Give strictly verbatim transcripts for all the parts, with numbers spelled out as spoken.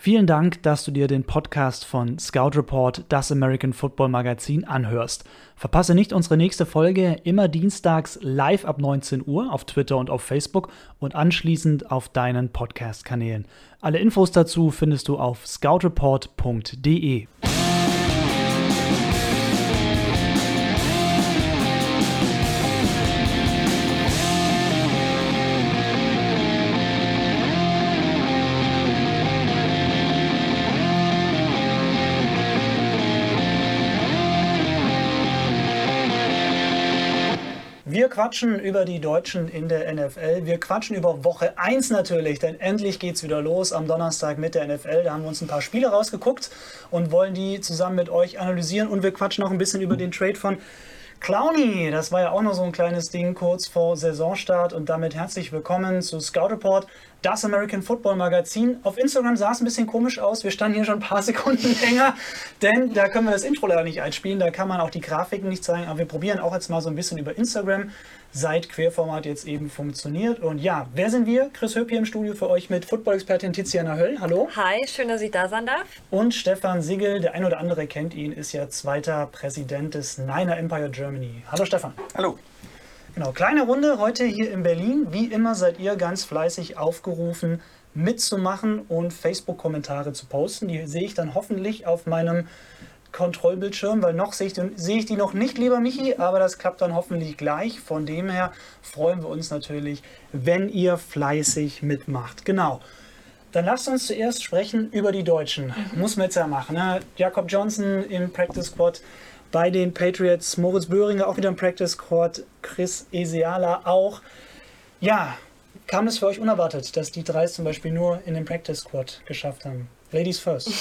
Vielen Dank, dass du dir den Podcast von Scout Report, das American Football Magazin, anhörst. Verpasse nicht unsere nächste Folge, immer dienstags live ab neunzehn Uhr auf Twitter und auf Facebook und anschließend auf deinen Podcast-Kanälen. Alle Infos dazu findest du auf scout report punkt de. Wir quatschen über die Deutschen in der N F L. Wir quatschen über Woche eins natürlich, denn endlich geht es wieder los am Donnerstag mit der N F L. Da haben wir uns ein paar Spiele rausgeguckt und wollen die zusammen mit euch analysieren. Und wir quatschen auch ein bisschen über den Trade von Clowney. Das war ja auch noch so ein kleines Ding kurz vor Saisonstart. Und damit herzlich willkommen zu Scout Report, das American Football Magazin. Auf Instagram sah es ein bisschen komisch aus. Wir standen hier schon ein paar Sekunden länger, denn da können wir das Intro leider nicht einspielen. Da kann man auch die Grafiken nicht zeigen. Aber wir probieren auch jetzt mal so ein bisschen über Instagram, seit Querformat jetzt eben funktioniert. Und ja, wer sind wir? Chris Höpp hier im Studio für euch mit Football-Expertin Tiziana Höll. Hallo. Hi, schön, dass ich da sein darf. Und Stefan Sigl, der ein oder andere kennt ihn, ist ja zweiter Präsident des Niner Empire Germany. Hallo Stefan. Hallo. Genau, kleine Runde heute hier in Berlin. Wie immer seid ihr ganz fleißig aufgerufen, mitzumachen und Facebook-Kommentare zu posten. Die sehe ich dann hoffentlich auf meinem Kontrollbildschirm, weil noch sehe ich, sehe ich die noch nicht, lieber Michi, aber das klappt dann hoffentlich gleich. Von dem her freuen wir uns natürlich, wenn ihr fleißig mitmacht. Genau. Dann lasst uns zuerst sprechen über die Deutschen. Mhm. Muss man jetzt ja machen. Ne? Jakob Johnson im Practice Squad bei den Patriots, Moritz Böhringer auch wieder im Practice Squad, Chris Esiala auch. Ja, kam es für euch unerwartet, dass die drei es zum Beispiel nur in den Practice Squad geschafft haben? Ladies first.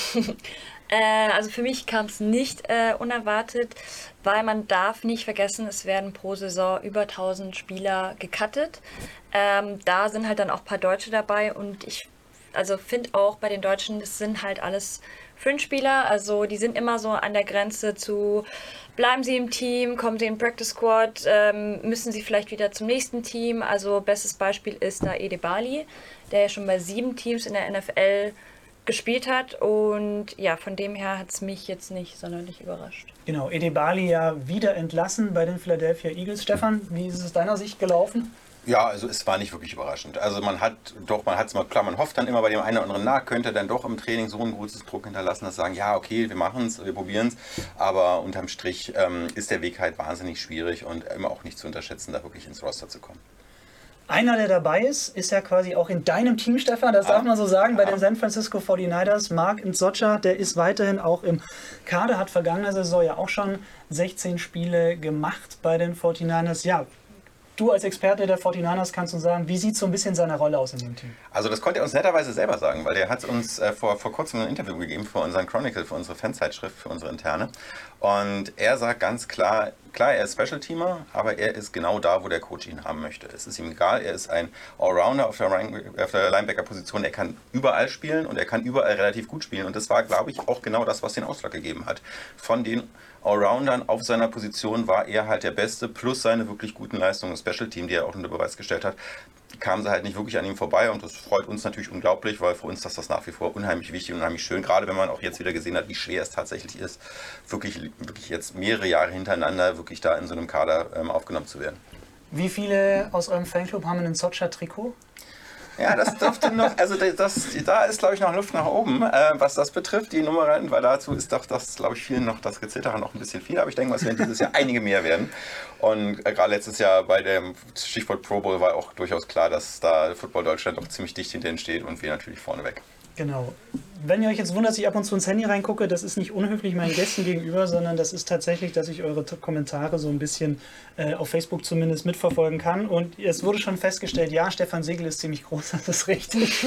äh, also für mich kam es nicht äh, unerwartet, weil man darf nicht vergessen, es werden pro Saison über tausend Spieler gecuttet. Ähm, da sind halt dann auch ein paar Deutsche dabei und ich also finde auch bei den Deutschen, es sind halt alles Fringe-Spieler, also die sind immer so an der Grenze zu, bleiben sie im Team, kommen sie in den Practice Squad, ähm, müssen sie vielleicht wieder zum nächsten Team. Also bestes Beispiel ist da Edebali, der ja schon bei sieben Teams in der N F L gespielt hat und ja, von dem her hat es mich jetzt nicht sonderlich überrascht. Genau, Edebali ja wieder entlassen bei den Philadelphia Eagles. Stefan, wie ist es aus deiner Sicht gelaufen? Ja, also es war nicht wirklich überraschend. Also man hat doch, man hat es mal klar, man hofft dann immer bei dem einen oder anderen nach, könnte dann doch im Training so einen guten Druck hinterlassen, dass sagen, ja okay, wir machen es, wir probieren es, aber unterm Strich ähm, ist der Weg halt wahnsinnig schwierig und immer auch nicht zu unterschätzen, da wirklich ins Roster zu kommen. Einer, der dabei ist, ist ja quasi auch in deinem Team, Stefan, das ah, darf man so sagen, bei ah. den San Francisco forty-niners. Mark Nzocha, der ist weiterhin auch im Kader, hat vergangene Saison ja auch schon sechzehn Spiele gemacht bei den forty-niners. Ja, du als Experte der forty-niners kannst uns sagen, wie sieht so ein bisschen seine Rolle aus in dem Team? Also das konnte er uns netterweise selber sagen, weil er hat uns äh, vor, vor kurzem ein Interview gegeben für unseren Chronicle, für unsere Fanzeitschrift, für unsere interne. Und er sagt ganz klar, klar, er ist Special-Teamer, aber er ist genau da, wo der Coach ihn haben möchte. Es ist ihm egal, er ist ein Allrounder auf der, auf der Linebacker-Position, er kann überall spielen und er kann überall relativ gut spielen. Und das war, glaube ich, auch genau das, was den Ausschlag gegeben hat. Von den Allroundern auf seiner Position war er halt der Beste, plus seine wirklich guten Leistungen im Special-Team, die er auch unter Beweis gestellt hat, kamen sie halt nicht wirklich an ihm vorbei und das freut uns natürlich unglaublich, weil für uns ist das nach wie vor unheimlich wichtig und unheimlich schön, gerade wenn man auch jetzt wieder gesehen hat, wie schwer es tatsächlich ist, wirklich, wirklich jetzt mehrere Jahre hintereinander wirklich da in so einem Kader ähm, aufgenommen zu werden. Wie viele aus eurem Fanclub haben ein Nzocha-Trikot? Ja, das dürfte noch, also das, da ist, glaube ich, noch Luft nach oben, äh, was das betrifft, die Nummern, weil dazu ist doch das, glaube ich, vielen noch das Gezitterer noch ein bisschen viel, aber ich denke mal, es werden dieses Jahr einige mehr werden. Und äh, gerade letztes Jahr bei dem Stichwort Pro Bowl war auch durchaus klar, dass da Football Deutschland auch ziemlich dicht hinter ihnen steht und wir natürlich vorneweg. Genau. Wenn ihr euch jetzt wundert, dass ich ab und zu ins Handy reingucke, das ist nicht unhöflich meinen Gästen gegenüber, sondern das ist tatsächlich, dass ich eure Kommentare so ein bisschen äh, auf Facebook zumindest mitverfolgen kann. Und es wurde schon festgestellt, ja, Stefan Sigl ist ziemlich groß, das ist richtig.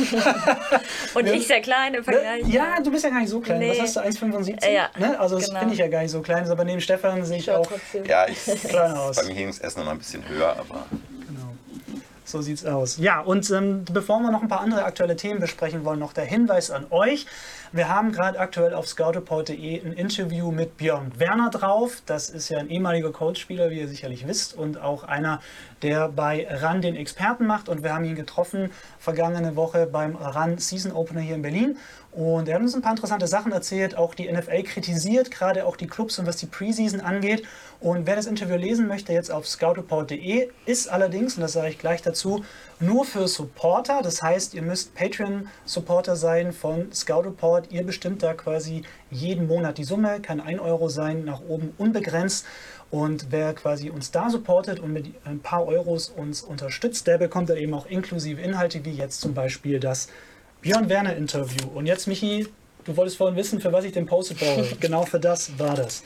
Und ich sehr klein im Vergleich. Ja, du bist ja gar nicht so klein. Nee. Was hast du, eins Komma fünfundsiebzig? Ja, ne? Also das genau. finde ich ja gar nicht so klein, aber neben Stefan sehe ich auch ja, ich, klein aus. Bei mir hing das Essen noch mal ein bisschen höher, aber... So sieht's aus. Ja, und ähm, bevor wir noch ein paar andere aktuelle Themen besprechen wollen, noch der Hinweis an euch. Wir haben gerade aktuell auf scout report punkt de ein Interview mit Björn Werner drauf. Das ist ja ein ehemaliger Colts-Spieler, wie ihr sicherlich wisst, und auch einer der bei RAN den Experten macht. Und wir haben ihn getroffen vergangene Woche beim RAN Season Opener hier in Berlin. Und er hat uns ein paar interessante Sachen erzählt, auch die N F L kritisiert, gerade auch die Clubs und was die Preseason angeht. Und wer das Interview lesen möchte, jetzt auf scout report punkt de, ist allerdings, und das sage ich gleich dazu, nur für Supporter. Das heißt, ihr müsst Patreon-Supporter sein von Scout Report. Ihr bestimmt da quasi jeden Monat die Summe, kann ein Euro sein, nach oben unbegrenzt. Und wer quasi uns da supportet und mit ein paar Euros uns unterstützt, der bekommt dann eben auch inklusive Inhalte, wie jetzt zum Beispiel das Björn Werner Interview. Und jetzt, Michi, du wolltest vorhin wissen, für was ich den Post brauche. Genau für das war das.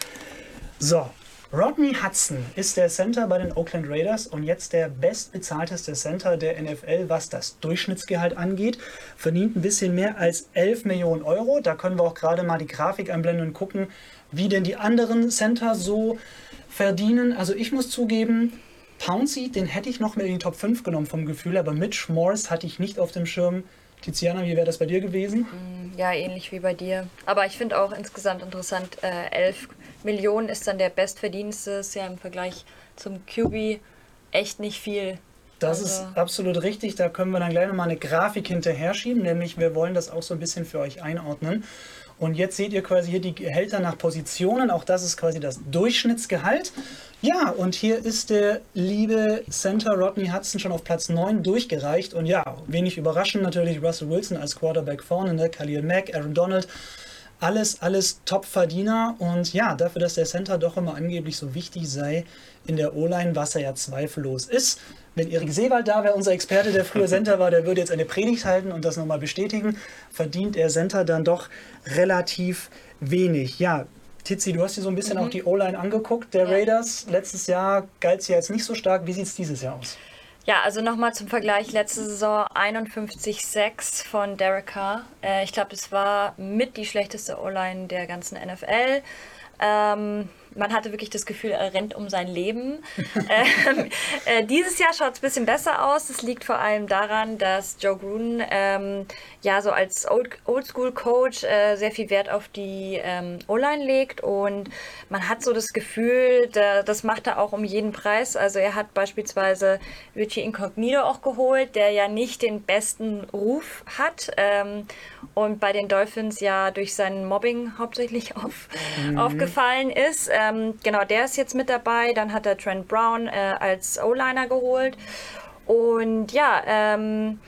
So, Rodney Hudson ist der Center bei den Oakland Raiders und jetzt der bestbezahlteste Center der N F L, was das Durchschnittsgehalt angeht. Verdient ein bisschen mehr als elf Millionen Euro. Da können wir auch gerade mal die Grafik einblenden und gucken, wie denn die anderen Center so verdienen. Also ich muss zugeben, Pouncey, den hätte ich noch mit in die Top fünf genommen vom Gefühl, aber Mitch Morse hatte ich nicht auf dem Schirm. Tiziana, wie wäre das bei dir gewesen? Ja, ähnlich wie bei dir. Aber ich finde auch insgesamt interessant, äh, elf Millionen ist dann der bestverdienste, ist ja im Vergleich zum Q B echt nicht viel. Das also ist absolut richtig, da können wir dann gleich nochmal eine Grafik hinterher schieben, nämlich wir wollen das auch so ein bisschen für euch einordnen. Und jetzt seht ihr quasi hier die Gehälter nach Positionen, auch das ist quasi das Durchschnittsgehalt. Ja, und hier ist der liebe Center Rodney Hudson schon auf Platz neun durchgereicht. Und ja, wenig überraschend natürlich Russell Wilson als Quarterback vorne, ne? Khalil Mack, Aaron Donald, alles, alles Top-Verdiener. Und ja, dafür, dass der Center doch immer angeblich so wichtig sei in der O-Line, was er ja zweifellos ist. Wenn Erik Seewald da wäre, unser Experte, der früher Center war, der würde jetzt eine Predigt halten und das nochmal bestätigen, verdient der Center dann doch relativ wenig. Ja, Tizi, du hast dir so ein bisschen mhm. auch die O-Line angeguckt, der ja. Raiders. Letztes Jahr galt sie jetzt nicht so stark. Wie sieht es dieses Jahr aus? Ja, also nochmal zum Vergleich, letzte Saison einundfünfzig sechs von Derek Carr. Äh, ich glaube, das war mit die schlechteste O-Line der ganzen N F L. Ähm, man hatte wirklich das Gefühl, er rennt um sein Leben. ähm, äh, dieses Jahr schaut es ein bisschen besser aus. Das liegt vor allem daran, dass Joe Gruden ähm, ja so als Oldschool-Coach äh, sehr viel Wert auf die ähm, O-Line legt und man hat so das Gefühl, da, das macht er auch um jeden Preis. Also er hat beispielsweise Richie Incognito auch geholt, der ja nicht den besten Ruf hat ähm, und bei den Dolphins ja durch sein Mobbing hauptsächlich auf, mhm. aufgefallen ist. Ähm, genau, der ist jetzt mit dabei. Dann hat er Trent Brown äh, als O-Liner geholt. Und ja, ähm,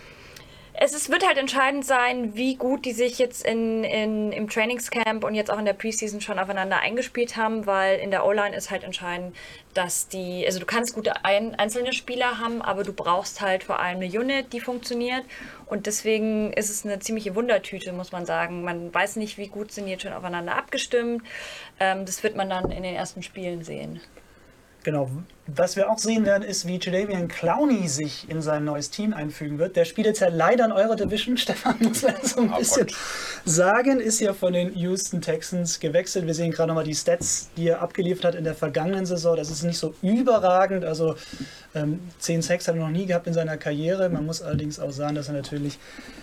es ist, wird halt entscheidend sein, wie gut die sich jetzt in, in, im Trainingscamp und jetzt auch in der Preseason schon aufeinander eingespielt haben, weil in der O-Line ist halt entscheidend, dass die, also du kannst gute ein, einzelne Spieler haben, aber du brauchst halt vor allem eine Unit, die funktioniert und deswegen ist es eine ziemliche Wundertüte, muss man sagen. Man weiß nicht, wie gut sind die jetzt schon aufeinander abgestimmt. Ähm, das wird man dann in den ersten Spielen sehen. Genau. Was wir auch sehen werden, ist, wie Jadeveon Clowney sich in sein neues Team einfügen wird. Der spielt jetzt ja leider in eurer Division. Stefan muss man so ein bisschen sagen, ist ja von den Houston Texans gewechselt. Wir sehen gerade nochmal die Stats, die er abgeliefert hat in der vergangenen Saison. Das ist nicht so überragend. Also ähm, zehn Sacks hat er noch nie gehabt in seiner Karriere. Man muss allerdings auch sagen, dass er natürlich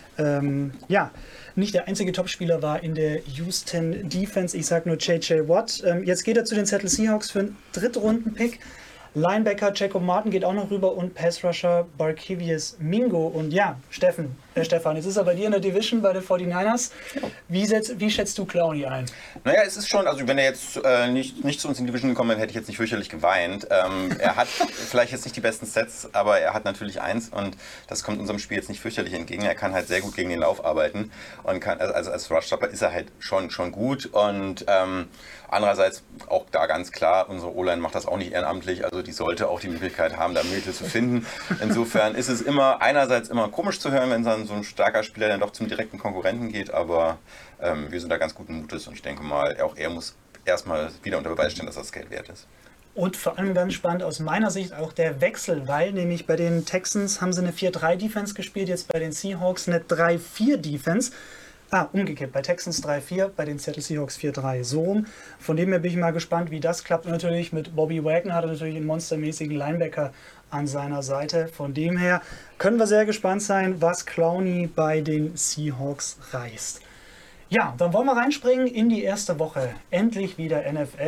ähm, ja, nicht der einzige Topspieler war in der Houston Defense. Ich sage nur J J Watt. Ähm, jetzt geht er zu den Seattle Seahawks für einen Drittrunden-Pick. Linebacker Jacob Martin geht auch noch rüber und Pass-Rusher Barkevious Mingo. Und ja, Steffen, äh Stefan, jetzt ist er bei dir in der Division bei den forty-niners. Wie, setz, wie schätzt du Clowney ein? Naja, es ist schon, also wenn er jetzt äh, nicht, nicht zu uns in die Division gekommen wäre, hätte ich jetzt nicht fürchterlich geweint. Ähm, er hat vielleicht jetzt nicht die besten Sets, aber er hat natürlich eins und das kommt unserem Spiel jetzt nicht fürchterlich entgegen. Er kann halt sehr gut gegen den Lauf arbeiten und kann, also als Rush-Stopper ist er halt schon, schon gut und ähm, andererseits auch da ganz klar, unsere O-Line macht das auch nicht ehrenamtlich, also die sollte auch die Möglichkeit haben, da Mittel zu finden. Insofern ist es immer einerseits immer komisch zu hören, wenn dann so ein starker Spieler dann doch zum direkten Konkurrenten geht, aber ähm, wir sind da ganz guten Mutes und ich denke mal, auch er muss erstmal wieder unter Beweis stellen, dass das Geld wert ist. Und vor allem ganz spannend aus meiner Sicht auch der Wechsel, weil nämlich bei den Texans haben sie eine vier drei Defense gespielt, jetzt bei den Seahawks eine drei vier Defense. Ah, umgekehrt, bei Texans drei vier, bei den Seattle Seahawks vier drei, so rum. Von dem her bin ich mal gespannt, wie das klappt. Und natürlich mit Bobby Wagner hat er natürlich einen monstermäßigen Linebacker an seiner Seite. Von dem her können wir sehr gespannt sein, was Clowney bei den Seahawks reißt. Ja, dann wollen wir reinspringen in die erste Woche. Endlich wieder N F L.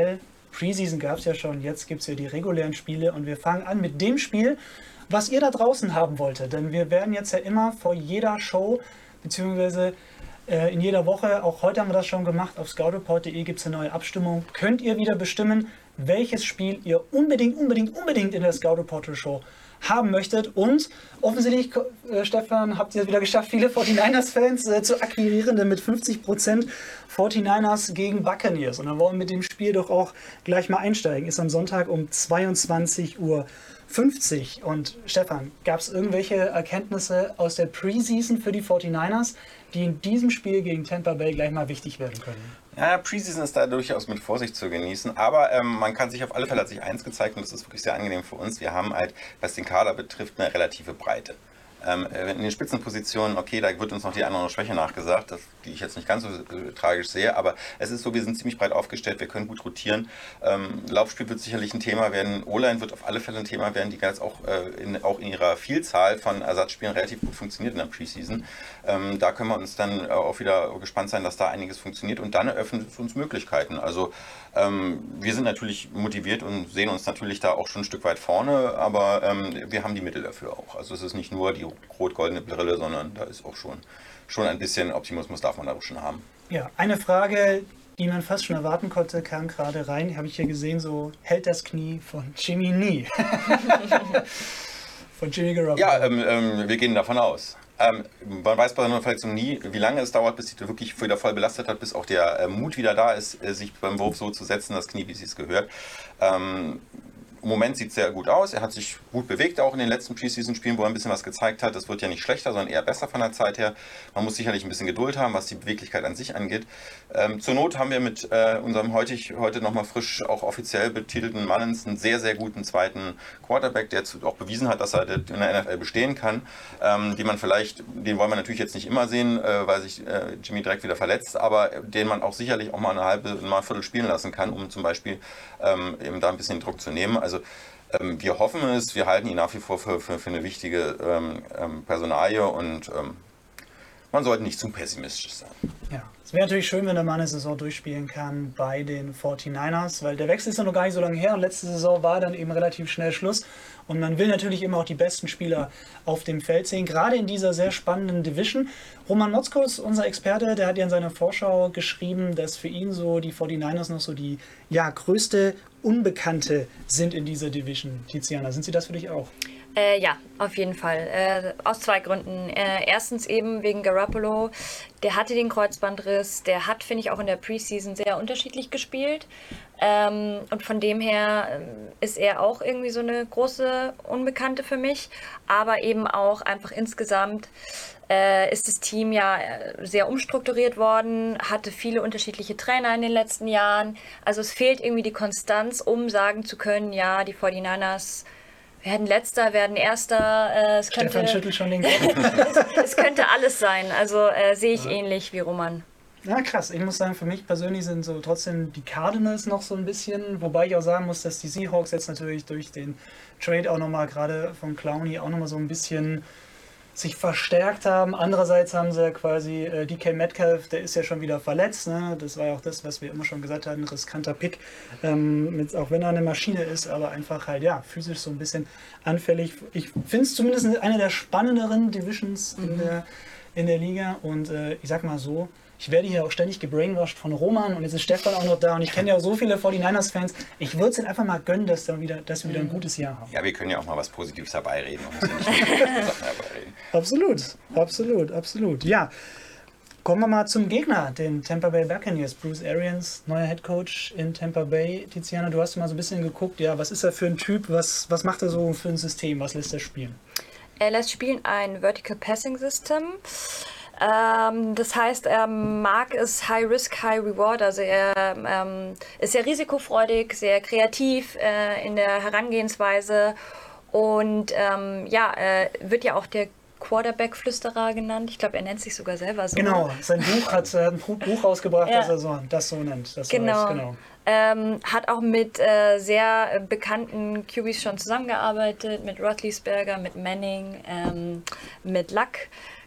Preseason gab es ja schon, jetzt gibt es ja die regulären Spiele und wir fangen an mit dem Spiel, was ihr da draußen haben wolltet. Denn wir werden jetzt ja immer vor jeder Show, beziehungsweise äh, in jeder Woche, auch heute haben wir das schon gemacht, auf scout report punkt de gibt es eine neue Abstimmung, könnt ihr wieder bestimmen, welches Spiel ihr unbedingt, unbedingt, unbedingt in der Scout Reporter Show haben möchtet. Und offensichtlich, äh, Stefan, habt ihr es wieder geschafft, viele forty-niners-Fans äh, zu akquirieren, denn mit fünfzig Prozent forty-niners gegen Buccaneers. Und dann wollen wir mit dem Spiel doch auch gleich mal einsteigen. Ist am Sonntag um zweiundzwanzig Uhr fünfzig. Und Stefan, gab es irgendwelche Erkenntnisse aus der Preseason für die forty-niners, die in diesem Spiel gegen Tampa Bay gleich mal wichtig werden können? Ja, Preseason ist da durchaus mit Vorsicht zu genießen, aber ähm, man kann sich auf alle Fälle, hat sich eins gezeigt und das ist wirklich sehr angenehm für uns, wir haben halt, was den Kader betrifft, eine relative Breite. Ähm, in den Spitzenpositionen, okay, da wird uns noch die andere Schwäche nachgesagt, das, die ich jetzt nicht ganz so äh, tragisch sehe, aber es ist so, wir sind ziemlich breit aufgestellt, wir können gut rotieren. Ähm, Laufspiel wird sicherlich ein Thema werden, O-Line wird auf alle Fälle ein Thema werden, die ganz auch, äh, in, auch in ihrer Vielzahl von Ersatzspielen relativ gut funktioniert in der Preseason. Ähm, da können wir uns dann auch wieder gespannt sein, dass da einiges funktioniert und dann eröffnet es uns Möglichkeiten. Also ähm, wir sind natürlich motiviert und sehen uns natürlich da auch schon ein Stück weit vorne, aber ähm, wir haben die Mittel dafür auch. Also es ist nicht nur die rot-goldene Brille, sondern da ist auch schon, schon ein bisschen Optimismus darf man da auch schon haben. Ja, eine Frage, die man fast schon erwarten konnte, kam gerade rein, habe ich hier gesehen, so hält das Knie von Jimmy nie. Von Jimmy Garoppolo. Ja, ähm, ähm, wir gehen davon aus. Ähm, man weiß bei einer Verletzung nie, wie lange es dauert, bis sie wirklich wieder voll belastet hat, bis auch der äh, Mut wieder da ist, äh, sich beim Wurf so zu setzen, das Knie, wie sie es gehört. Ähm, Im Moment sieht es sehr gut aus. Er hat sich gut bewegt, auch in den letzten Preseason-Spielen, wo er ein bisschen was gezeigt hat. Das wird ja nicht schlechter, sondern eher besser von der Zeit her. Man muss sicherlich ein bisschen Geduld haben, was die Beweglichkeit an sich angeht. Ähm, zur Not haben wir mit äh, unserem heutig, heute nochmal frisch auch offiziell betitelten Mullins einen sehr, sehr guten zweiten Quarterback, der auch bewiesen hat, dass er in der N F L bestehen kann. Ähm, den man vielleicht, den wollen wir natürlich jetzt nicht immer sehen, äh, weil sich äh, Jimmy direkt wieder verletzt, aber den man auch sicherlich auch mal eine halbe, mal ein Viertel spielen lassen kann, um zum Beispiel ähm, eben da ein bisschen Druck zu nehmen. Also ähm, wir hoffen es, wir halten ihn nach wie vor für, für, für eine wichtige ähm, ähm, Personalie und ähm, man sollte nicht zu pessimistisch sein. Ja, es wäre natürlich schön, wenn der Mann eine Saison durchspielen kann bei den forty-niners, weil der Wechsel ist ja noch gar nicht so lange her und letzte Saison war dann eben relativ schnell Schluss und man will natürlich immer auch die besten Spieler auf dem Feld sehen, gerade in dieser sehr spannenden Division. Roman Motzko ist unser Experte, der hat ja in seiner Vorschau geschrieben, dass für ihn so die forty-niners noch so die ja, größte Unbekannte sind in dieser Division. Tiziana, sind sie das für dich auch? Äh, ja, auf jeden Fall. Äh, aus zwei Gründen. Äh, erstens eben wegen Garoppolo. Der hatte den Kreuzbandriss. Der hat, finde ich, auch in der Preseason sehr unterschiedlich gespielt. Ähm, und von dem her äh, ist er auch irgendwie so eine große Unbekannte für mich. Aber eben auch einfach insgesamt äh, ist das Team ja sehr umstrukturiert worden, hatte viele unterschiedliche Trainer in den letzten Jahren. Also es fehlt irgendwie die Konstanz, um sagen zu können, ja, die forty-niners werden Letzter, werden Erster. Äh, es Stefan könnte, schüttelt schon den Kopf. es, es könnte alles sein. Also äh, sehe ich ja. ähnlich wie Roman. Ja, krass. Ich muss sagen, für mich persönlich sind so trotzdem die Cardinals noch so ein bisschen, wobei ich auch sagen muss, dass die Seahawks jetzt natürlich durch den Trade auch nochmal, gerade von Clowney, auch nochmal so ein bisschen sich verstärkt haben. Andererseits haben sie ja quasi äh, D K Metcalf, der ist ja schon wieder verletzt. Ne? Das war ja auch das, was wir immer schon gesagt hatten, riskanter Pick. Ähm, mit, auch wenn er eine Maschine ist, aber einfach halt, ja, physisch so ein bisschen anfällig. Ich finde es zumindest eine der spannenderen Divisions mhm. in, der, in der Liga. Und äh, ich sag mal so, ich werde hier auch ständig gebrainwashed von Roman und jetzt ist Stefan auch noch da und ich kenne ja auch so viele forty-niners-Fans. Ich würde es ihnen einfach mal gönnen, dass, dann wieder, dass wir wieder ein gutes Jahr haben. Ja, wir können ja auch mal was Positives herbeireden. Man muss ja nicht nur Sachen herbeireden. Absolut, absolut, absolut. Ja, kommen wir mal zum Gegner, den Tampa Bay Buccaneers. Bruce Arians, neuer Headcoach in Tampa Bay. Tiziana, du hast mal so ein bisschen geguckt, ja, was ist er für ein Typ, was, was macht er so für ein System, was lässt er spielen? Er lässt spielen ein Vertical Passing System. Ähm, das heißt, er mag es High Risk, High Reward, also er ähm, ist sehr risikofreudig, sehr kreativ äh, in der Herangehensweise und ähm, ja, äh, wird ja auch der Quarterback-Flüsterer genannt. Ich glaube, er nennt sich sogar selber so. Genau, sein Buch hat äh, ein Buch rausgebracht, ja. das er so, das so nennt. Das genau. Heißt, genau. Ähm, hat auch mit äh, sehr bekannten Q Bs schon zusammengearbeitet, mit Roethlisberger, mit Manning, ähm, mit Luck.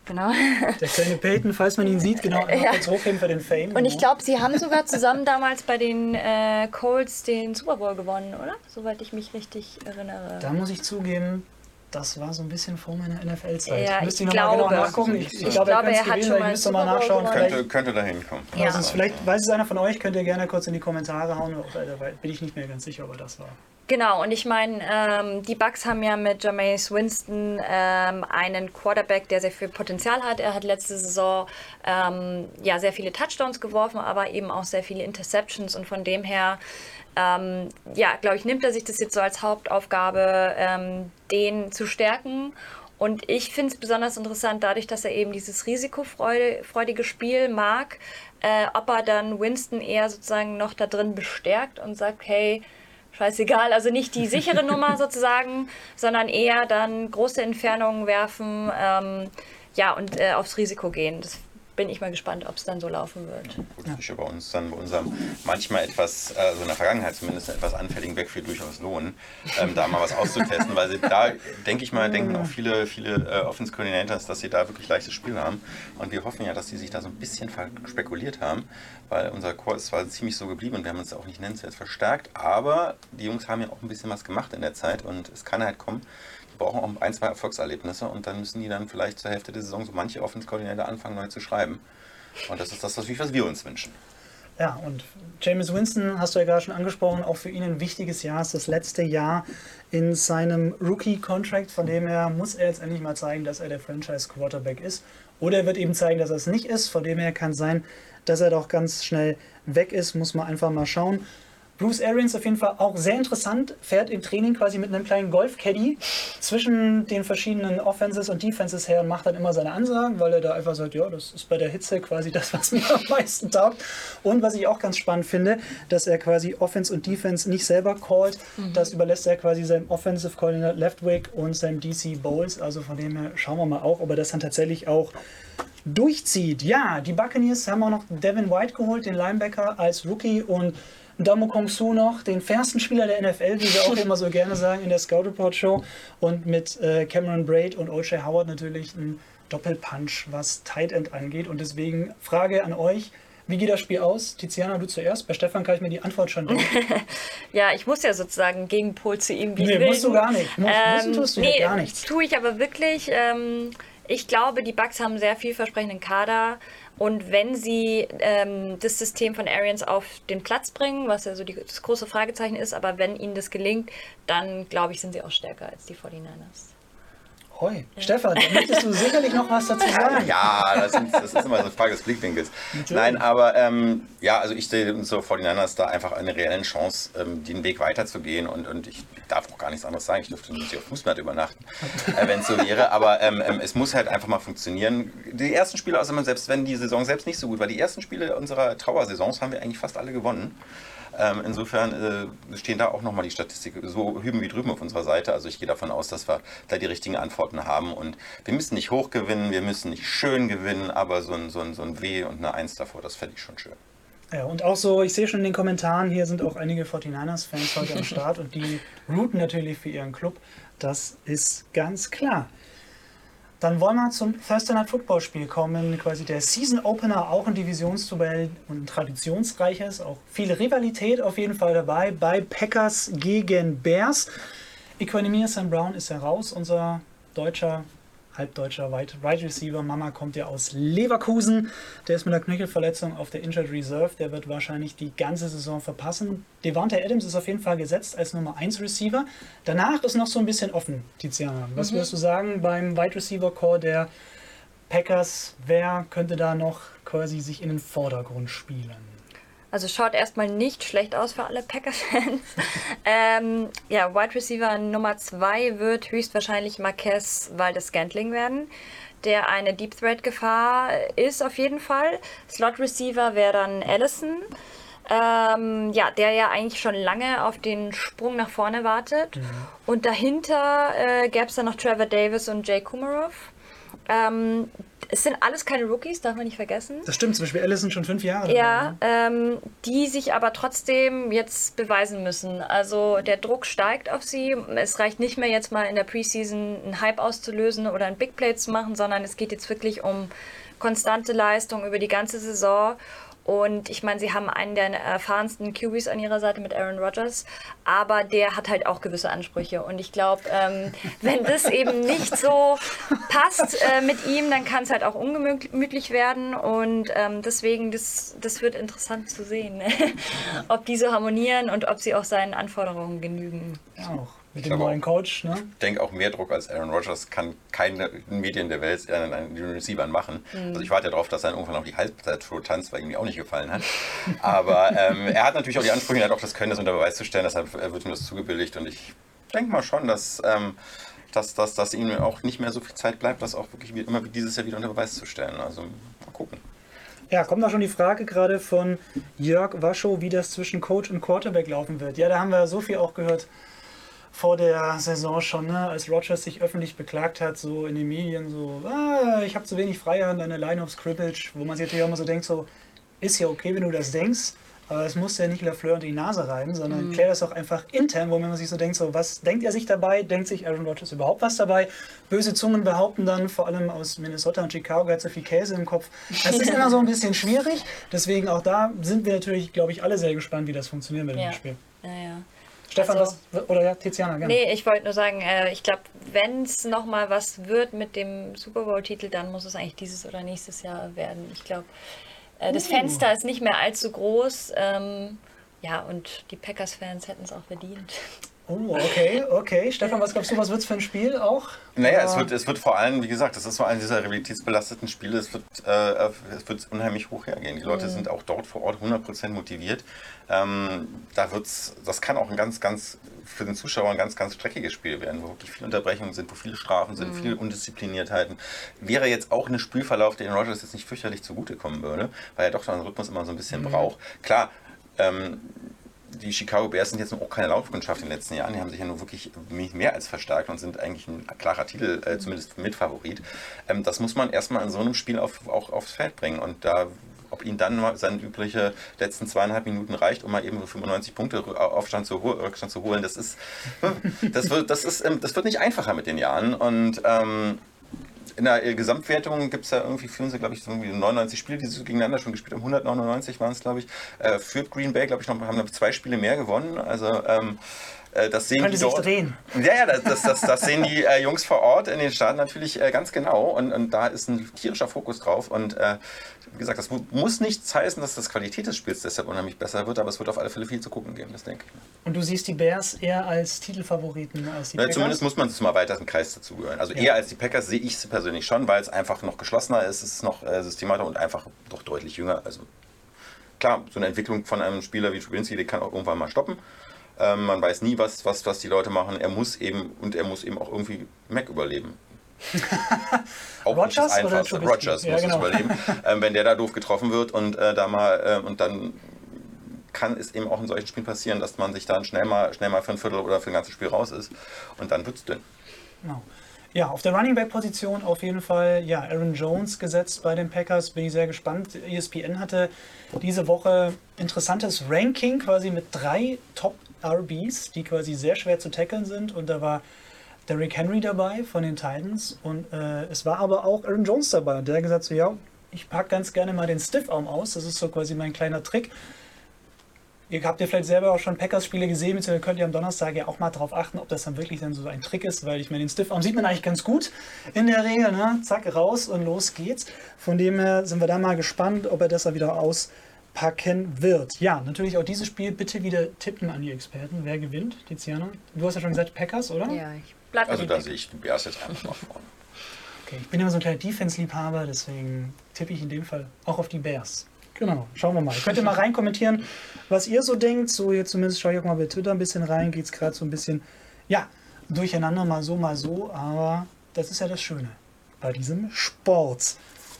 Genau. Der kleine Peyton, falls man ihn sieht, genau, einmal Ja. kurz hochheben für den Fame. Und ich genau. glaube, sie haben sogar zusammen damals bei den äh, Colts den Super Bowl gewonnen, oder? Soweit ich mich richtig erinnere. Da muss ich zugeben, das war so ein bisschen vor meiner N F L-Zeit. Ja, Müsste ich ich nochmal genau glaube. nachgucken. Ich, ich Ich glaube, glaube, er, er könnte hat gewesen schon sein. mal Ich müsste mal Super Bowl nachschauen. gewonnen. Vielleicht, Könnte, könnte da hinkommen. Ja. also es vielleicht weiß es einer von euch, könnt ihr gerne kurz in die Kommentare hauen. Da bin ich nicht mehr ganz sicher, ob er das war. Genau, und ich meine, ähm, die Bucks haben ja mit Jameis Winston ähm, einen Quarterback, der sehr viel Potenzial hat. Er hat letzte Saison ähm, ja, sehr viele Touchdowns geworfen, aber eben auch sehr viele Interceptions. Und von dem her, ähm, ja, glaube ich, nimmt er sich das jetzt so als Hauptaufgabe, ähm, den zu stärken. Und ich finde es besonders interessant, dadurch, dass er eben dieses risikofreudige Spiel mag, äh, ob er dann Winston eher sozusagen noch da drin bestärkt und sagt, hey, scheißegal, also nicht die sichere Nummer sozusagen, sondern eher dann große Entfernungen werfen, ähm, ja, und äh, aufs Risiko gehen. Das bin ich mal gespannt, ob es dann so laufen wird. Gut, sich ja bei uns dann bei unserem manchmal etwas, also in der Vergangenheit zumindest, etwas anfälligen Backfield durchaus lohnen, ähm, da mal was auszutesten, weil sie da, denke ich mal, denken auch viele, viele äh, Offense Coordinators, dass sie da wirklich leichtes Spiel haben. Und wir hoffen ja, dass sie sich da so ein bisschen spekuliert haben, weil unser Core ist zwar ziemlich so geblieben und wir haben uns auch nicht nennenswert verstärkt, aber die Jungs haben ja auch ein bisschen was gemacht in der Zeit und es kann halt kommen, die brauchen auch ein, zwei Erfolgserlebnisse und dann müssen die dann vielleicht zur Hälfte der Saison so manche Offense-Koordinator anfangen, neu zu schreiben. Und das ist das, was wir uns wünschen. Ja, und Jameis Winston, hast du ja gerade schon angesprochen, auch für ihn ein wichtiges Jahr, ist das letzte Jahr in seinem Rookie-Contract, von dem her muss er jetzt endlich mal zeigen, dass er der Franchise-Quarterback ist. Oder er wird eben zeigen, dass er es nicht ist, von dem her kann es sein, dass er doch ganz schnell weg ist, muss man einfach mal schauen. Bruce Arians auf jeden Fall auch sehr interessant, fährt im Training quasi mit einem kleinen Golf-Caddy zwischen den verschiedenen Offenses und Defenses her und macht dann immer seine Ansagen, weil er da einfach sagt, ja, das ist bei der Hitze quasi das, was mir am meisten taugt. Und was ich auch ganz spannend finde, dass er quasi Offense und Defense nicht selber callt, mhm. das überlässt er quasi seinem Offensive Coordinator Leftwich und seinem D C Bowles, also von dem her schauen wir mal auch, ob er das dann tatsächlich auch durchzieht. Ja, die Buccaneers haben auch noch Devin White geholt, den Linebacker als Rookie und Ndamukong Kongsu noch, den fairsten Spieler der N F L, wie wir auch immer so gerne sagen in der Scout Report Show. Und mit äh, Cameron Braid und O J Howard natürlich ein Doppelpunch, was Tight End angeht. Und deswegen Frage an euch, wie geht das Spiel aus? Tiziana, du zuerst. Bei Stefan kann ich mir die Antwort schon denken. Ja, ich muss ja sozusagen Gegenpol zu ihm bieten. Nee, musst du gar nicht. Muss, ähm, müssen tust du nee, ja gar nichts. Tue ich aber wirklich. Ähm, ich glaube, die Bucks haben einen sehr vielversprechenden Kader. Und wenn sie ähm, das System von Arians auf den Platz bringen, was ja so die, das große Fragezeichen ist, aber wenn ihnen das gelingt, dann glaube ich, sind sie auch stärker als die forty-niners. Hoi. Ja. Stefan, da möchtest du sicherlich noch was dazu sagen. Ja, das, sind, das ist immer so eine Frage des Blickwinkels. Natürlich. Nein, aber ähm, ja, also ich sehe unsere forty-niners da einfach eine reelle Chance, ähm, den Weg weiterzugehen und, und ich darf auch gar nichts anderes sagen. Ich dürfte nicht auf Fußbett übernachten, äh, wenn es so wäre, aber ähm, ähm, es muss halt einfach mal funktionieren. Die ersten Spiele, also selbst wenn die Saison selbst nicht so gut war, die ersten Spiele unserer Trauersaisons haben wir eigentlich fast alle gewonnen. Ähm, insofern äh, stehen da auch nochmal die Statistiken so hüben wie drüben auf unserer Seite. Also ich gehe davon aus, dass wir da die richtigen Antworten haben. Und wir müssen nicht hoch gewinnen, wir müssen nicht schön gewinnen, aber so ein, so ein, so ein W und eine eins davor, das fände ich schon schön. Ja, und auch so, ich sehe schon in den Kommentaren, hier sind auch einige forty-niners-Fans heute am Start und die routen natürlich für ihren Club. Das ist ganz klar. Dann wollen wir zum Thursday Night Football Spiel kommen, quasi der Season Opener, auch ein Divisionsduell und ein traditionsreiches, auch viel Rivalität auf jeden Fall dabei bei Packers gegen Bears. Equanimeous Sam Brown ist ja raus, unser deutscher, halbdeutscher Wide Receiver. Mama kommt ja aus Leverkusen, der ist mit einer Knöchelverletzung auf der Injured Reserve, der wird wahrscheinlich die ganze Saison verpassen. Devontae Adams ist auf jeden Fall gesetzt als Nummer eins Receiver. Danach ist noch so ein bisschen offen, Tiziana. Was mhm. würdest du sagen beim Wide Receiver Core der Packers? Wer könnte da noch quasi sich in den Vordergrund spielen? Also schaut erstmal nicht schlecht aus für alle Packers-Fans. ähm, ja, Wide Receiver Nummer zwei wird höchstwahrscheinlich Marquez Valdes-Scantling werden, der eine Deep Threat Gefahr ist auf jeden Fall. Slot Receiver wäre dann Allison, ähm, ja, der ja eigentlich schon lange auf den Sprung nach vorne wartet. Mhm. Und dahinter äh, gäbe es dann noch Trevor Davis und Jay Kumarov. Ähm, es sind alles keine Rookies, darf man nicht vergessen. Das stimmt, zum Beispiel Allison schon fünf Jahre. Ja, ähm, die sich aber trotzdem jetzt beweisen müssen. Also der Druck steigt auf sie. Es reicht nicht mehr jetzt mal in der Preseason einen Hype auszulösen oder ein Big Play zu machen, sondern es geht jetzt wirklich um konstante Leistung über die ganze Saison. Und ich meine, sie haben einen der erfahrensten Q Bs an ihrer Seite mit Aaron Rodgers, aber der hat halt auch gewisse Ansprüche. Und ich glaube, ähm, wenn das eben nicht so passt äh, mit ihm, dann kann es halt auch ungemütlich werden. Und ähm, deswegen, das, das wird interessant zu sehen, ne? Ob die so harmonieren und ob sie auch seinen Anforderungen genügen. Ja, auch. Mit dem neuen Coach, ne? Ich denke auch mehr Druck als Aaron Rodgers kann keine Medien der Welt an den Receivern machen. Mhm. Also ich warte ja darauf, dass er irgendwann auch die Halbzeit-Show tanzt, weil ihm die auch nicht gefallen hat. Aber ähm, er hat natürlich auch die Ansprüche, er hat auch das Können, das unter Beweis zu stellen, deshalb wird ihm das zugebilligt. Und ich denke mal schon, dass, ähm, dass, dass, dass ihm auch nicht mehr so viel Zeit bleibt, das auch wirklich immer wie dieses Jahr wieder unter Beweis zu stellen. Also mal gucken. Ja, kommt auch schon die Frage gerade von Jörg Waschow, wie das zwischen Coach und Quarterback laufen wird. Ja, da haben wir so viel auch gehört vor der Saison schon, ne? Als Rodgers sich öffentlich beklagt hat, so in den Medien, so, ah, ich habe zu wenig Freiheit an der Line of Scrimmage, wo man sich natürlich auch immer so denkt, so, ist ja okay, wenn du das denkst, aber es muss ja nicht LaFleur unter die Nase reiben, sondern mhm. klär das auch einfach intern, wo man sich so denkt, so, was denkt er sich dabei, denkt sich Aaron Rodgers überhaupt was dabei? Böse Zungen behaupten dann, vor allem aus Minnesota und Chicago, hat so viel Käse im Kopf. Das ist immer so ein bisschen schwierig, deswegen auch da sind wir natürlich, glaube ich, alle sehr gespannt, wie das funktionieren wird ja. im Spiel. Ja, ja. Stefan, also, was, oder ja, Tiziana, gerne. Nee, ich wollte nur sagen, äh, ich glaube, wenn es nochmal was wird mit dem Super Bowl-Titel, dann muss es eigentlich dieses oder nächstes Jahr werden. Ich glaube, äh, das uh. Fenster ist nicht mehr allzu groß. Ähm, ja, und die Packers-Fans hätten es auch verdient. Oh, okay, okay. Stefan, was glaubst du, was wird es für ein Spiel auch? Naja, es wird, es wird vor allem, wie gesagt, das ist so ein dieser rivalitätsbelasteten Spiele, es wird, äh, es wird unheimlich hoch hergehen. Die Leute mhm. sind auch dort vor Ort hundert Prozent motiviert. Ähm, da wird's, das kann auch ein ganz, ganz, für den Zuschauer ein ganz, ganz streckiges Spiel werden, wo wirklich viele Unterbrechungen sind, wo viele Strafen sind, mhm. viele Undiszipliniertheiten. Wäre jetzt auch ein Spielverlauf, den Rodgers jetzt nicht fürchterlich zugutekommen würde, weil er doch seinen Rhythmus immer so ein bisschen mhm. braucht. Klar, ähm, die Chicago Bears sind jetzt noch auch keine Laufkundschaft in den letzten Jahren. Die haben sich ja nur wirklich mehr als verstärkt und sind eigentlich ein klarer Titel, äh, zumindest Mitfavorit. Ähm, das muss man erstmal in so einem Spiel auf, auch aufs Feld bringen. Und da, ob ihn dann mal seine übliche letzten zweieinhalb Minuten reicht, um mal eben so fünfundneunzig Punkte Aufstand zu, Rückstand zu holen, das ist, das wird, das ist, das wird nicht einfacher mit den Jahren. Und ähm, in der Gesamtwertung gibt es ja irgendwie, führen sie, glaube ich, so irgendwie neunundneunzig Spiele, die sie gegeneinander schon gespielt haben. hundertneunundneunzig waren es, glaube ich. Äh, führt Green Bay, glaube ich, noch, haben noch zwei Spiele mehr gewonnen. Also, ähm, äh, das sehen Könnte die sich dort. drehen. Ja, ja, das, das, das, das sehen die äh, Jungs vor Ort in den Staaten natürlich äh, ganz genau. Und, und da ist ein tierischer Fokus drauf. Und äh, wie gesagt, das muss nichts heißen, dass das Qualität des Spiels deshalb unheimlich besser wird, aber es wird auf alle Fälle viel zu gucken geben, das denke ich. Und du siehst die Bears eher als Titelfavoriten als die ja, Packers? Zumindest muss man es mal weiter im Kreis dazugehören. Also ja. eher als die Packers sehe ich sie persönlich schon, weil es einfach noch geschlossener ist, es ist noch äh, systematischer und einfach doch deutlich jünger. Also klar, so eine Entwicklung von einem Spieler wie Trubisky, die kann auch irgendwann mal stoppen. Ähm, man weiß nie, was, was, was die Leute machen. Er muss eben, und er muss eben auch irgendwie Mac überleben. Auch Rodgers nicht das Einfachste. Rodgers ja, muss genau. es überleben, ähm, wenn der da doof getroffen wird und äh, da mal äh, und dann kann es eben auch in solchen Spielen passieren, dass man sich dann schnell mal schnell mal für ein Viertel oder für ein ganzes Spiel raus ist und dann wird es dünn. Genau. Ja, auf der Running Back Position auf jeden Fall ja Aaron Jones gesetzt bei den Packers. Bin ich sehr gespannt. E S P N hatte diese Woche interessantes Ranking quasi mit drei Top R Bs, die quasi sehr schwer zu tackeln sind, und da war Derrick Henry dabei von den Titans und äh, es war aber auch Aaron Jones dabei und der hat gesagt so, ja, ich packe ganz gerne mal den Stiffarm aus, das ist so quasi mein kleiner Trick. Ihr habt ja vielleicht selber auch schon Packers-Spiele gesehen, beziehungsweise könnt ihr am Donnerstag ja auch mal drauf achten, ob das dann wirklich dann so ein Trick ist, weil ich meine, den Stiffarm sieht man eigentlich ganz gut in der Regel, ne? Zack, raus und los geht's. Von dem her sind wir da mal gespannt, ob er das da wieder auspacken wird. Ja, natürlich auch dieses Spiel bitte wieder tippen an die Experten. Wer gewinnt, Tiziana? Du hast ja schon gesagt Packers, oder? Ja, ich bleib Also da sehe ich die Bears jetzt einfach mal vorne. Okay, ich bin immer so ein kleiner Defense-Liebhaber, deswegen tippe ich in dem Fall auch auf die Bears. Genau, schauen wir mal. Könnt ihr mal rein kommentieren, was ihr so denkt. So, jetzt zumindest schaue ich auch mal bei Twitter ein bisschen rein. Geht es gerade so ein bisschen, ja, durcheinander, mal so, mal so. Aber das ist ja das Schöne bei diesem Sport.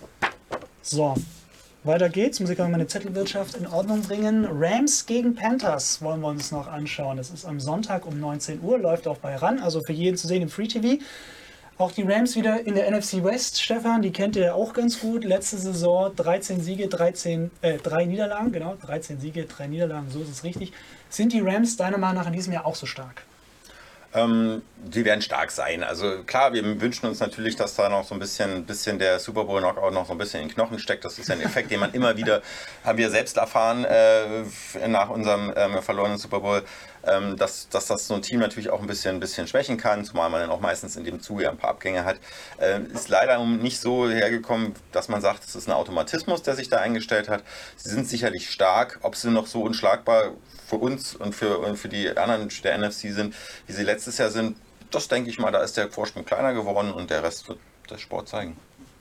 So, weiter geht's. Muss ich auch meine Zettelwirtschaft in Ordnung bringen. Rams gegen Panthers wollen wir uns noch anschauen. Das ist am Sonntag um neunzehn Uhr, läuft auch bei RAN, also für jeden zu sehen im Free T V. Auch die Rams wieder in der N F C West, Stefan, die kennt ihr auch ganz gut. Letzte Saison dreizehn Siege, dreizehn, äh, drei Niederlagen, genau, dreizehn Siege, drei Niederlagen, so ist es richtig. Sind die Rams deiner Meinung nach in diesem Jahr auch so stark? Ähm, die werden stark sein. Also klar, wir wünschen uns natürlich, dass da noch so ein bisschen, bisschen der Super Bowl Knockout noch so ein bisschen in den Knochen steckt. Das ist ein Effekt, den man immer wieder, haben wir selbst erfahren äh, nach unserem ähm, verlorenen Super Bowl, ähm, dass, dass das so ein Team natürlich auch ein bisschen, ein bisschen schwächen kann, zumal man dann auch meistens in dem Zuge ein paar Abgänge hat. Äh, ist leider nicht so hergekommen, dass man sagt, es ist ein Automatismus, der sich da eingestellt hat. Sie sind sicherlich stark. Ob sie noch so unschlagbar für uns und für, und für die anderen der N F C sind, wie sie letztes Jahr sind, das denke ich mal, da ist der Vorsprung kleiner geworden und der Rest wird der Sport zeigen.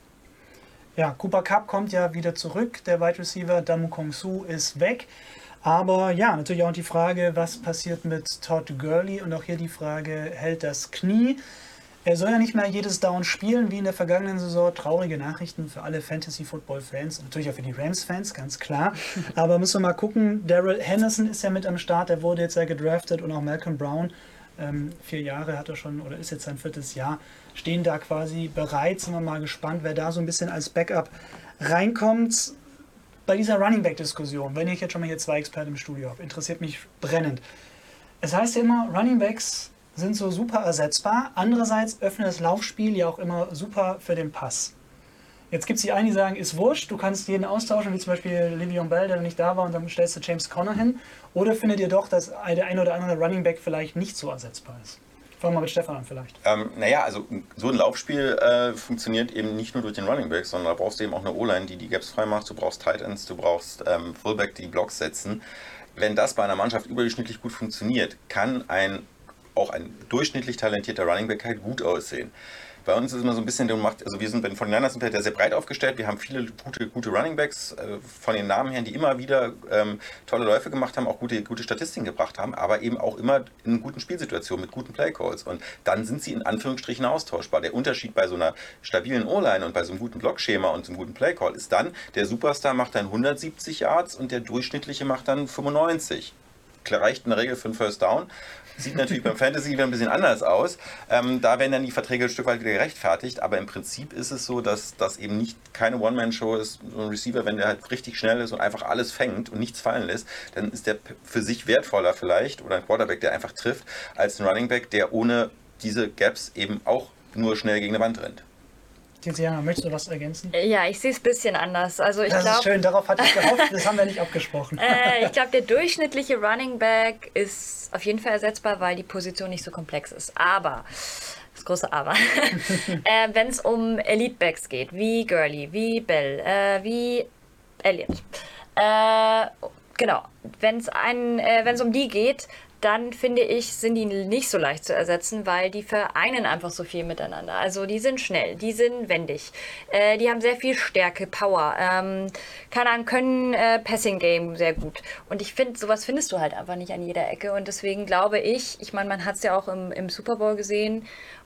Ja, Cooper Kupp kommt ja wieder zurück, der Wide Receiver, Ndamukong Suh ist weg. Aber ja, natürlich auch die Frage, was passiert mit Todd Gurley und auch hier die Frage, hält das Knie? Er soll ja nicht mehr jedes Down spielen, wie in der vergangenen Saison. Traurige Nachrichten für alle Fantasy-Football-Fans und natürlich auch für die Rams-Fans, ganz klar. Aber müssen wir mal gucken, Darrell Henderson ist ja mit am Start, der wurde jetzt ja gedraftet und auch Malcolm Brown, ähm, vier Jahre hat er schon oder ist jetzt sein viertes Jahr, stehen da quasi bereit. Sind wir mal gespannt, wer da so ein bisschen als Backup reinkommt. Bei dieser Running-Back-Diskussion, wenn ich jetzt schon mal hier zwei Experten im Studio habe, interessiert mich brennend. Es heißt ja immer, Running-Backs sind so super ersetzbar. Andererseits öffnet das Laufspiel ja auch immer super für den Pass. Jetzt gibt es die einen, die sagen, ist wurscht, du kannst jeden austauschen, wie zum Beispiel Le'Veon Bell, der nicht da war, und dann stellst du James Conner hin. Oder findet ihr doch, dass der ein oder andere Running Back vielleicht nicht so ersetzbar ist? Fangen wir mal mit Stefan an vielleicht. Ähm, naja, also so ein Laufspiel äh, funktioniert eben nicht nur durch den Running Back, sondern da brauchst du eben auch eine O-Line, die die Gaps frei macht. Du brauchst Tight Ends, du brauchst ähm, Fullback, die Blocks setzen. Wenn das bei einer Mannschaft überdurchschnittlich gut funktioniert, kann ein auch ein durchschnittlich talentierter Running Back halt gut aussehen. Bei uns ist immer so ein bisschen, also wir sind bei den forty-niners sind wir sehr breit aufgestellt, wir haben viele gute, gute Running Backs äh, von den Namen her, die immer wieder ähm, tolle Läufe gemacht haben, auch gute, gute Statistiken gebracht haben, aber eben auch immer in guten Spielsituationen mit guten Playcalls und dann sind sie in Anführungsstrichen austauschbar. Der Unterschied bei so einer stabilen O-Line und bei so einem guten Blockschema und so einem guten Playcall ist dann, der Superstar macht dann hundertsiebzig Yards und der durchschnittliche macht dann fünfundneunzig. Reicht in der Regel für einen First Down. Sieht natürlich beim Fantasy wieder ein bisschen anders aus. Ähm, da werden dann die Verträge ein Stück weit wieder gerechtfertigt. Aber im Prinzip ist es so, dass das eben nicht keine One-Man-Show ist. So ein Receiver, wenn der halt richtig schnell ist und einfach alles fängt und nichts fallen lässt, dann ist der für sich wertvoller vielleicht, oder ein Quarterback, der einfach trifft, als ein Running Back, der ohne diese Gaps eben auch nur schnell gegen eine Wand rennt. Tiziana, möchtest du was ergänzen? Ja, ich sehe es ein bisschen anders. Also ich das glaub, ist schön, darauf hatte ich gehofft, das haben wir nicht abgesprochen. äh, ich glaube, der durchschnittliche Running Back ist auf jeden Fall ersetzbar, weil die Position nicht so komplex ist. Aber, das große Aber, äh, wenn es um Elite-Backs geht, wie Gurley, wie Bell, äh, wie Elliott, äh, genau, wenn es äh, um die geht, dann finde ich, sind die nicht so leicht zu ersetzen, weil die vereinen einfach so viel miteinander. Also die sind schnell, die sind wendig, äh, die haben sehr viel Stärke, Power, ähm, keine Ahnung, können äh, Passing-Game sehr gut. Und ich finde, sowas findest du halt einfach nicht an jeder Ecke. Und deswegen glaube ich, ich meine, man hat es ja auch im, im Super Bowl gesehen,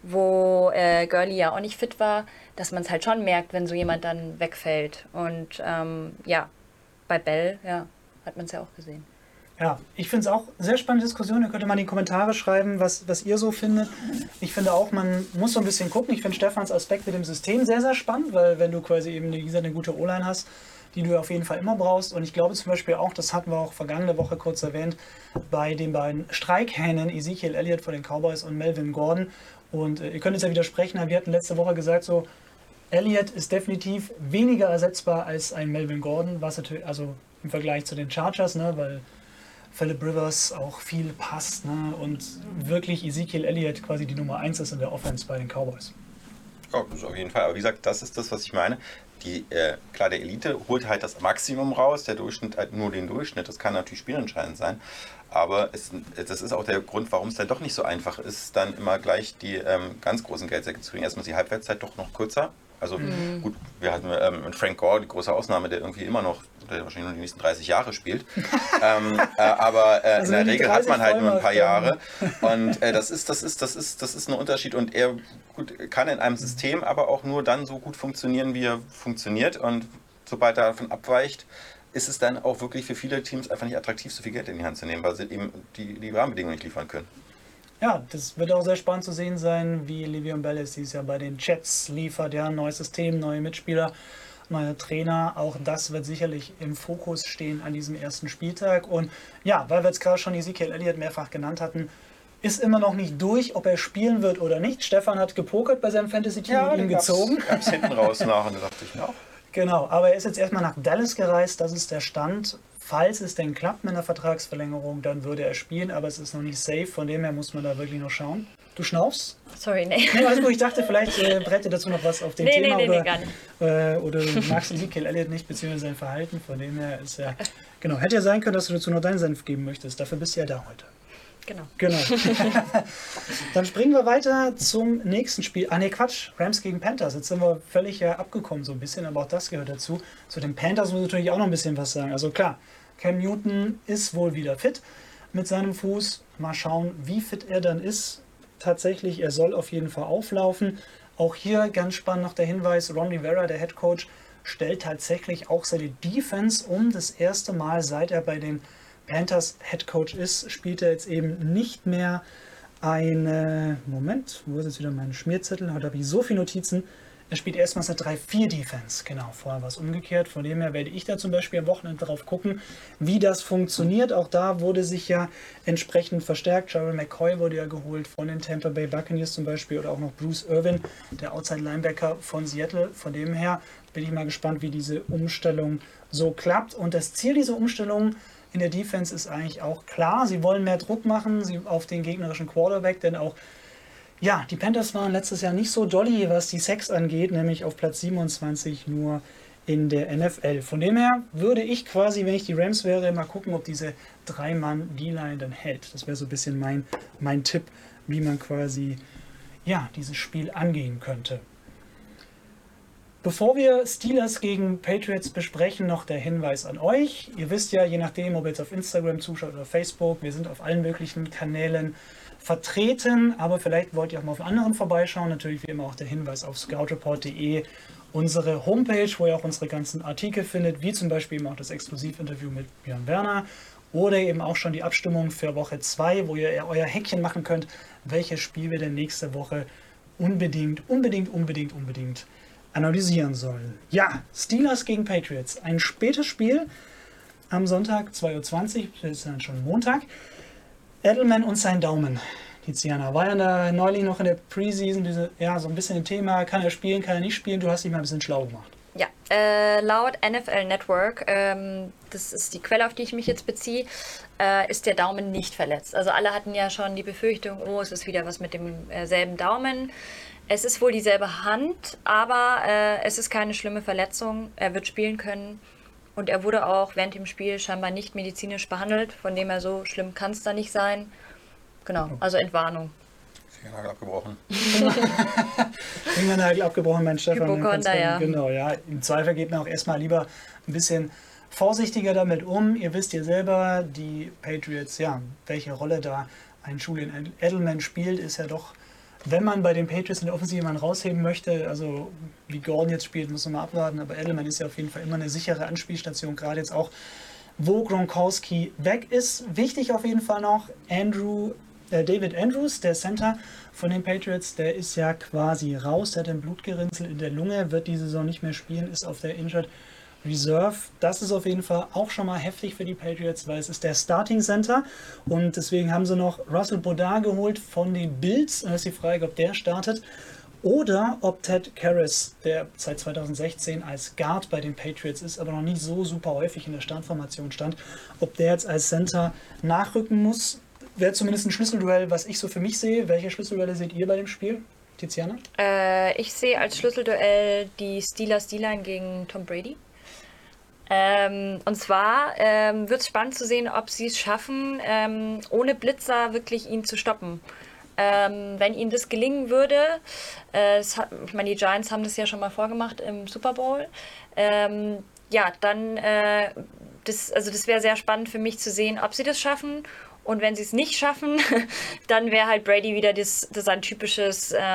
wo äh, Gurley ja auch nicht fit war, dass man es halt schon merkt, wenn so jemand dann wegfällt. Und ähm, ja, bei Bell, ja, hat man es ja auch gesehen. Ja, ich finde es auch sehr spannende Diskussion. Ihr könnt mal in die Kommentare schreiben, was, was ihr so findet. Ich finde auch, man muss so ein bisschen gucken. Ich finde Stefans Aspekt mit dem System sehr, sehr spannend, weil wenn du quasi eben wie gesagt, eine gute O-Line hast, die du auf jeden Fall immer brauchst. Und ich glaube zum Beispiel auch, das hatten wir auch vergangene Woche kurz erwähnt, bei den beiden Streikhähnen Ezekiel Elliott von den Cowboys und Melvin Gordon. Und äh, ihr könnt jetzt ja widersprechen, wir hatten letzte Woche gesagt, so Elliott ist definitiv weniger ersetzbar als ein Melvin Gordon, was natürlich, also im Vergleich zu den Chargers, ne, weil Philip Rivers auch viel passt, ne? Und wirklich Ezekiel Elliott quasi die Nummer eins ist in der Offense bei den Cowboys. Ja, das auf jeden Fall. Aber wie gesagt, das ist das, was ich meine. Die, äh, klar, der Elite holt halt das Maximum raus, der Durchschnitt halt nur den Durchschnitt. Das kann natürlich spielentscheidend sein. Aber es, das ist auch der Grund, warum es dann doch nicht so einfach ist, dann immer gleich die ähm, ganz großen Geldsäcke zu kriegen. Erstmal ist die Halbwertszeit doch noch kürzer. Also mhm. gut, wir hatten ähm, mit Frank Gore die große Ausnahme, der irgendwie immer noch, der wahrscheinlich nur die nächsten dreißig Jahre spielt. ähm, äh, aber äh, also in der Regel hat man halt nur ein paar Jahre. Und äh, das ist, das ist, das ist, das ist ein Unterschied. Und er gut, kann in einem System aber auch nur dann so gut funktionieren, wie er funktioniert. Und sobald er davon abweicht, ist es dann auch wirklich für viele Teams einfach nicht attraktiv, so viel Geld in die Hand zu nehmen, weil sie eben die, die Rahmenbedingungen nicht liefern können. ja, das wird auch sehr spannend zu sehen sein, wie Le'Veon Bell es dieses Jahr bei den Jets liefert. Ja, neues System, neue Mitspieler, neuer Trainer. Auch das wird sicherlich im Fokus stehen an diesem ersten Spieltag. Und ja, weil wir jetzt gerade schon Ezekiel Elliott mehrfach genannt hatten, ist immer noch nicht durch, ob er spielen wird oder nicht. Stefan hat gepokert bei seinem Fantasy-Team Ja, und ihn gab's, gezogen. Gab's hinten raus nach und da dachte ich mir auch. Genau, aber er ist jetzt erstmal nach Dallas gereist, das ist der Stand. Falls es denn klappt mit einer Vertragsverlängerung, dann würde er spielen, aber es ist noch nicht safe, von dem her muss man da wirklich noch schauen. Du schnaufst? Sorry, nee. Nee, also ich dachte, vielleicht äh, brett dir dazu noch was auf dem Nee, Thema nee, nee, oder, nee, gar nicht. äh, oder du magst Ezekiel Elliott nicht, beziehungsweise sein Verhalten, von dem her ist er, genau, hätte ja sein können, dass du dazu noch deinen Senf geben möchtest, dafür bist du ja da heute. Genau. Genau. Dann springen wir weiter zum nächsten Spiel. Ah ne, Quatsch, Rams gegen Panthers. Jetzt sind wir völlig ja abgekommen so ein bisschen, aber auch das gehört dazu. Zu den Panthers muss ich natürlich auch noch ein bisschen was sagen. Also klar, Cam Newton ist wohl wieder fit mit seinem Fuß. Mal schauen, wie fit er dann ist. Tatsächlich, er soll auf jeden Fall auflaufen. Auch hier ganz spannend noch der Hinweis, Ron Rivera, der Head Coach, stellt tatsächlich auch seine Defense um. Das erste Mal, seit er bei den Panthers Head Coach ist, spielt er jetzt eben nicht mehr eine, Moment, wo ist jetzt wieder mein Schmierzettel? Heute habe ich so viele Notizen. Er spielt erstmals eine drei vier Defense. Genau, vorher war es umgekehrt. Von dem her werde ich da zum Beispiel am Wochenende darauf gucken, wie das funktioniert. Auch da wurde sich ja entsprechend verstärkt. Gerald McCoy wurde ja geholt von den Tampa Bay Buccaneers zum Beispiel oder auch noch Bruce Irvin, der Outside Linebacker von Seattle. Von dem her bin ich mal gespannt, wie diese Umstellung so klappt. Und das Ziel dieser Umstellung in der Defense ist eigentlich auch klar. Sie wollen mehr Druck machen sie auf den gegnerischen Quarterback, denn auch ja, die Panthers waren letztes Jahr nicht so jolly, was die Sacks angeht, nämlich auf Platz siebenundzwanzig nur in der N F L. Von dem her würde ich quasi, wenn ich die Rams wäre, mal gucken, ob diese Drei-Mann-D-Line dann hält. Das wäre so ein bisschen mein, mein Tipp, wie man quasi ja, dieses Spiel angehen könnte. Bevor wir Steelers gegen Patriots besprechen, noch der Hinweis an euch. Ihr wisst ja, je nachdem, ob ihr jetzt auf Instagram zuschaut oder Facebook, wir sind auf allen möglichen Kanälen vertreten, aber vielleicht wollt ihr auch mal auf anderen vorbeischauen. Natürlich wie immer auch der Hinweis auf scoutreport punkt de, unsere Homepage, wo ihr auch unsere ganzen Artikel findet, wie zum Beispiel eben auch das Exklusivinterview mit Björn Werner oder eben auch schon die Abstimmung für Woche zwei, wo ihr euer Häkchen machen könnt, welches Spiel wir denn nächste Woche unbedingt, unbedingt, unbedingt, unbedingt analysieren sollen. Ja, Steelers gegen Patriots. Ein spätes Spiel am Sonntag, zwei Uhr zwanzig, das ist dann schon Montag. Edelman und sein Daumen. Tiziana, war ja da neulich noch in der Preseason diese, ja, so ein bisschen ein Thema, kann er spielen, kann er nicht spielen, du hast dich mal ein bisschen schlau gemacht. Ja, äh, laut N F L Network, ähm, das ist die Quelle, auf die ich mich jetzt beziehe, äh, ist der Daumen nicht verletzt. Also alle hatten ja schon die Befürchtung, oh, es ist wieder was mit demselben Daumen. Es ist wohl dieselbe Hand, aber äh, es ist keine schlimme Verletzung. Er wird spielen können und er wurde auch während dem Spiel scheinbar nicht medizinisch behandelt, von dem her so schlimm kann es da nicht sein. Genau, also Entwarnung. Fingernagel abgebrochen. Fingernagel abgebrochen, mein Stefan. Hypochonder, ja. Genau, ja. Im Zweifel geht man auch erstmal lieber ein bisschen vorsichtiger damit um. Ihr wisst ja selber, die Patriots, ja, welche Rolle da ein Julian Edelman spielt, ist ja doch, wenn man bei den Patriots in der Offensive jemanden rausheben möchte, also wie Gordon jetzt spielt, muss man mal abwarten, aber Edelman ist ja auf jeden Fall immer eine sichere Anspielstation, gerade jetzt auch, wo Gronkowski weg ist. Wichtig auf jeden Fall noch, Andrew, äh, David Andrews, der Center von den Patriots, der ist ja quasi raus, der hat ein Blutgerinnsel in der Lunge, wird die Saison nicht mehr spielen, ist auf der Injured Reserve. Das ist auf jeden Fall auch schon mal heftig für die Patriots, weil es ist der Starting Center und deswegen haben sie noch Russell Bodard geholt von den Bills. Und da ist die Frage, ob der startet oder ob Ted Karras, der seit zweitausendsechzehn als Guard bei den Patriots ist, aber noch nicht so super häufig in der Startformation stand, ob der jetzt als Center nachrücken muss. Wäre zumindest ein Schlüsselduell, was ich so für mich sehe. Welche Schlüsselduelle seht ihr bei dem Spiel? Tiziana? Äh, ich sehe als Schlüsselduell die Steelers D-Line gegen Tom Brady. Ähm, und zwar ähm, wird es spannend zu sehen, ob sie es schaffen, ähm, ohne Blitzer wirklich ihn zu stoppen. Ähm, wenn ihnen das gelingen würde, äh, das hat, ich meine, die Giants haben das ja schon mal vorgemacht im Super Bowl, ähm, ja, dann, äh, das, also das wäre sehr spannend für mich zu sehen, ob sie das schaffen Und wenn sie es nicht schaffen, dann wäre halt Brady wieder das, das ein typisches, äh,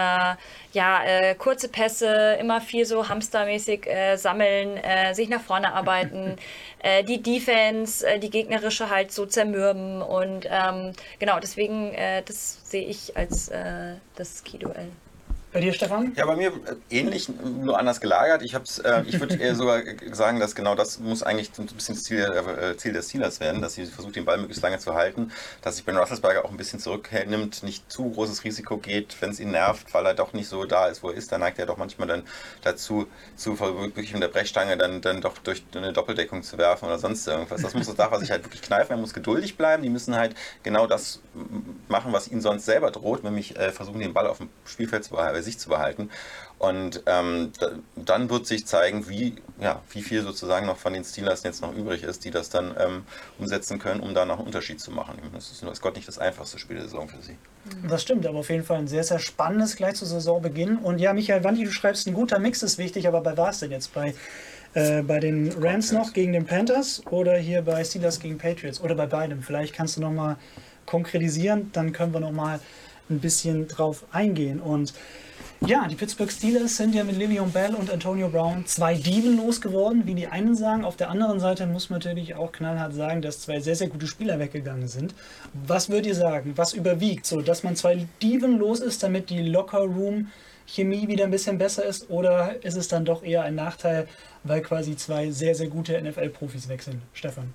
ja, äh, kurze Pässe, immer viel so hamstermäßig äh, sammeln, äh, sich nach vorne arbeiten, äh, die Defense, äh, die gegnerische halt so zermürben. Und ähm, genau, deswegen, äh, das sehe ich als äh, das Key-Duell. Bei dir, Stefan? Ja, bei mir ähnlich, nur anders gelagert. Ich, äh, ich würde eher sogar sagen, dass genau das muss eigentlich ein bisschen das Ziel, äh, Ziel des Steelers werden, dass sie versucht, den Ball möglichst lange zu halten, dass sich Ben Roethlisberger auch ein bisschen zurücknimmt, nicht zu großes Risiko geht, wenn es ihn nervt, weil er doch nicht so da ist, wo er ist. Dann neigt er doch manchmal dann dazu, zu wirklich mit der Brechstange dann, dann doch durch eine Doppeldeckung zu werfen oder sonst irgendwas. Das muss das darf er sich halt wirklich kneifen, er muss geduldig bleiben. Die müssen halt genau das machen, was ihnen sonst selber droht, nämlich äh, versuchen, den Ball auf dem Spielfeld zu behalten, sich zu behalten. Und ähm, dann wird sich zeigen, wie, ja, wie viel sozusagen noch von den Steelers jetzt noch übrig ist, die das dann ähm, umsetzen können, um da noch einen Unterschied zu machen. Das ist, weiß Gott, nicht das einfachste Spiel der Saison für sie. Das stimmt, aber auf jeden Fall ein sehr, sehr spannendes gleich zu Saisonbeginn. Und ja, Michael Wandi, du schreibst, ein guter Mix ist wichtig, aber bei was denn jetzt? Bei, äh, bei den Rams noch gegen den Panthers oder hier bei Steelers gegen Patriots oder bei beidem? Vielleicht kannst du nochmal konkretisieren, dann können wir nochmal ein bisschen drauf eingehen. Und ja, die Pittsburgh Steelers sind ja mit Le'Veon Bell und Antonio Brown zwei Dieben losgeworden, wie die einen sagen. Auf der anderen Seite muss man natürlich auch knallhart sagen, dass zwei sehr, sehr gute Spieler weggegangen sind. Was würdet ihr sagen? Was überwiegt? So, dass man zwei Dieben los ist, damit die Locker-Room-Chemie wieder ein bisschen besser ist? Oder ist es dann doch eher ein Nachteil, weil quasi zwei sehr, sehr gute N F L-Profis weg sind? Stefan?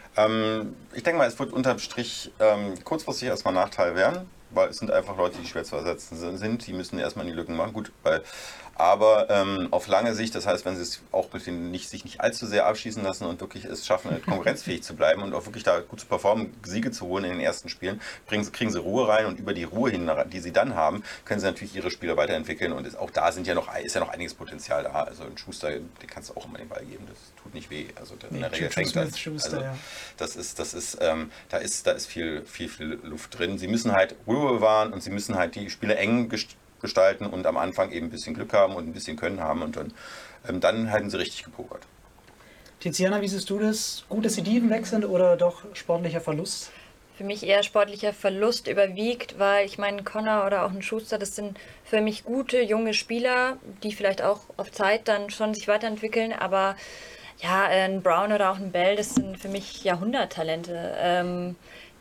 Ähm, ich denke mal, es wird unterm Strich ähm, kurzfristig erstmal Nachteil werden, weil es sind einfach Leute, die schwer zu ersetzen sind, die müssen erstmal in die Lücken machen. Gut, weil, aber ähm, auf lange Sicht, das heißt, wenn sie es auch mit den nicht, sich nicht allzu sehr abschießen lassen und wirklich es schaffen, konkurrenzfähig zu bleiben und auch wirklich da gut zu performen, Siege zu holen in den ersten Spielen, bringen, kriegen sie Ruhe rein und über die Ruhe hin, die sie dann haben, können sie natürlich ihre Spieler weiterentwickeln und ist, auch da sind ja noch, ist ja noch einiges Potenzial da. Also ein Schuster, den kannst du auch immer den Ball geben, das tut nicht weh. Also in der Regel fängt das. Schuster, also, ja. Das ist, das ist, ähm, da ist, da ist viel, viel, viel Luft drin. Sie müssen halt Ruhe bewahren und sie müssen halt die Spiele eng gestalten und am Anfang eben ein bisschen Glück haben und ein bisschen Können haben und dann, ähm, dann halten sie richtig gepokert. Tiziana, wie siehst du das? Gut, dass die Dieben weg sind oder doch sportlicher Verlust? Für mich eher sportlicher Verlust überwiegt, weil ich meine, Connor oder auch ein Schuster, das sind für mich gute, junge Spieler, die vielleicht auch auf Zeit dann schon sich weiterentwickeln, aber ja, ein Brown oder auch ein Bell, das sind für mich Jahrhunderttalente, ähm,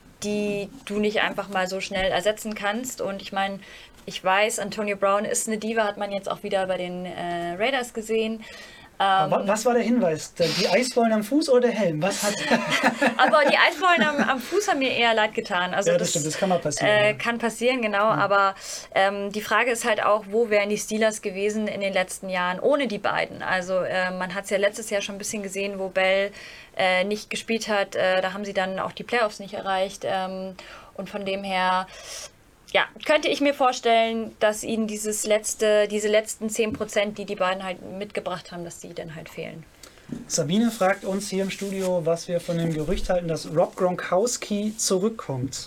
die du nicht einfach mal so schnell ersetzen kannst. Und ich meine, ich weiß, Antonio Brown ist eine Diva, hat man jetzt auch wieder bei den äh, Raiders gesehen. Aber was war der Hinweis? Die Eisbäume am Fuß oder der Helm? Was hat aber die Eisbäume am, am Fuß haben mir eher leid getan. Also ja, das, das stimmt, das kann mal passieren. Äh, ja. Kann passieren, genau. Mhm. Aber ähm, die Frage ist halt auch, wo wären die Steelers gewesen in den letzten Jahren ohne die beiden? Also äh, man hat es ja letztes Jahr schon ein bisschen gesehen, wo Bell äh, nicht gespielt hat. Äh, da haben sie dann auch die Playoffs nicht erreicht. Ähm, und von dem her... Ja, könnte ich mir vorstellen, dass ihnen dieses letzte, diese letzten zehn Prozent, die die beiden halt mitgebracht haben, dass die dann halt fehlen. Sabine fragt uns hier im Studio, was wir von dem Gerücht halten, dass Rob Gronkowski zurückkommt.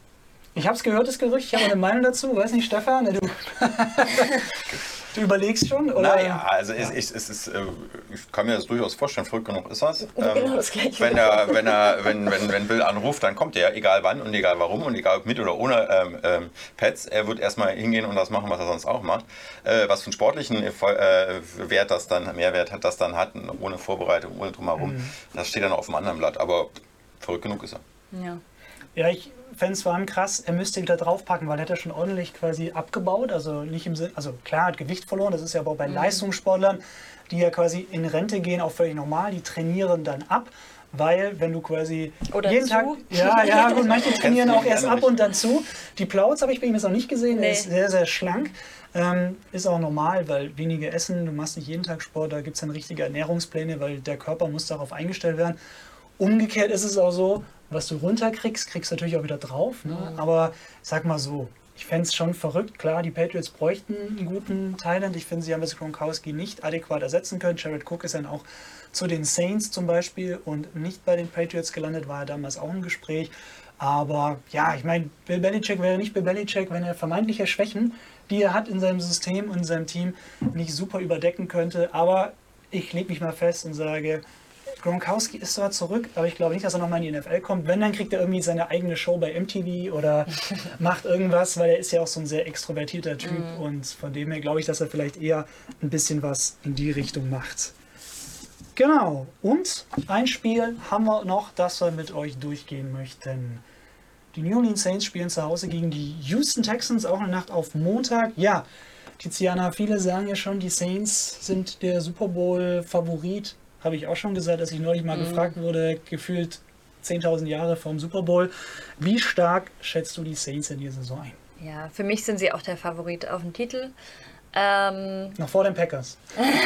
Ich habe es gehört, das Gerücht, ich habe eine Meinung dazu. Weiß nicht, Stefan, du, du überlegst schon? Oder? Naja, also ja. es, es, es ist, ich kann mir das durchaus vorstellen, verrückt genug ist das. Genau ähm, das Gleiche. Wenn, er, wenn, er, wenn, wenn, wenn Bill anruft, dann kommt er, egal wann und egal warum und egal ob mit oder ohne ähm, ähm, Pets. Er wird erstmal hingehen und das machen, was er sonst auch macht. Äh, was für einen sportlichen äh, Wert das dann, Mehrwert hat das dann hat, ohne Vorbereitung, ohne drumherum, mhm. das steht dann auf dem anderen Blatt. Aber verrückt genug ist er. Ja. Ja, ich fände es vor allem krass, er müsste wieder draufpacken, weil er hat ja schon ordentlich quasi abgebaut, also nicht im Sinn, also klar, hat Gewicht verloren, das ist ja aber auch bei mhm. Leistungssportlern, die ja quasi in Rente gehen, auch völlig normal, die trainieren dann ab, weil wenn du quasi Oder jeden zu. Tag, ja, ja, und manche trainieren auch erst ab und dann zu. Die Plautz habe ich bei ihm jetzt noch nicht gesehen, nee. Er ist sehr, sehr schlank. Ähm, ist auch normal, weil weniger essen, du machst nicht jeden Tag Sport, da gibt es dann richtige Ernährungspläne, weil der Körper muss darauf eingestellt werden. Umgekehrt ist es auch so, was du runterkriegst, kriegst du natürlich auch wieder drauf. Ne? Mhm. Aber sag mal so, ich fände es schon verrückt. Klar, die Patriots bräuchten einen guten Thailand. Ich finde, sie haben das Gronkowski nicht adäquat ersetzen können. Jared Cook ist dann auch zu den Saints zum Beispiel und nicht bei den Patriots gelandet, war ja damals auch im Gespräch. Aber ja, ich meine, Bill Belichick wäre nicht Bill Belichick, wenn er vermeintliche Schwächen, die er hat in seinem System und in seinem Team, nicht super überdecken könnte. Aber ich lege mich mal fest und sage, Gronkowski ist zwar zurück, aber ich glaube nicht, dass er nochmal in die N F L kommt. Wenn, dann kriegt er irgendwie seine eigene Show bei M T V oder macht irgendwas, weil er ist ja auch so ein sehr extrovertierter Typ. Mm. Und von dem her glaube ich, dass er vielleicht eher ein bisschen was in die Richtung macht. Genau. Und ein Spiel haben wir noch, das wir mit euch durchgehen möchten. Die New Orleans Saints spielen zu Hause gegen die Houston Texans, auch eine Nacht auf Montag. Ja, Tiziana, viele sagen ja schon, die Saints sind der Super Bowl-Favorit. Habe ich auch schon gesagt, dass ich neulich mal mm. gefragt wurde, gefühlt zehntausend Jahre vom Super Bowl. Wie stark schätzt du die Saints in dieser Saison ein? Ja, für mich sind sie auch der Favorit auf den Titel. Ähm, Noch vor den Packers.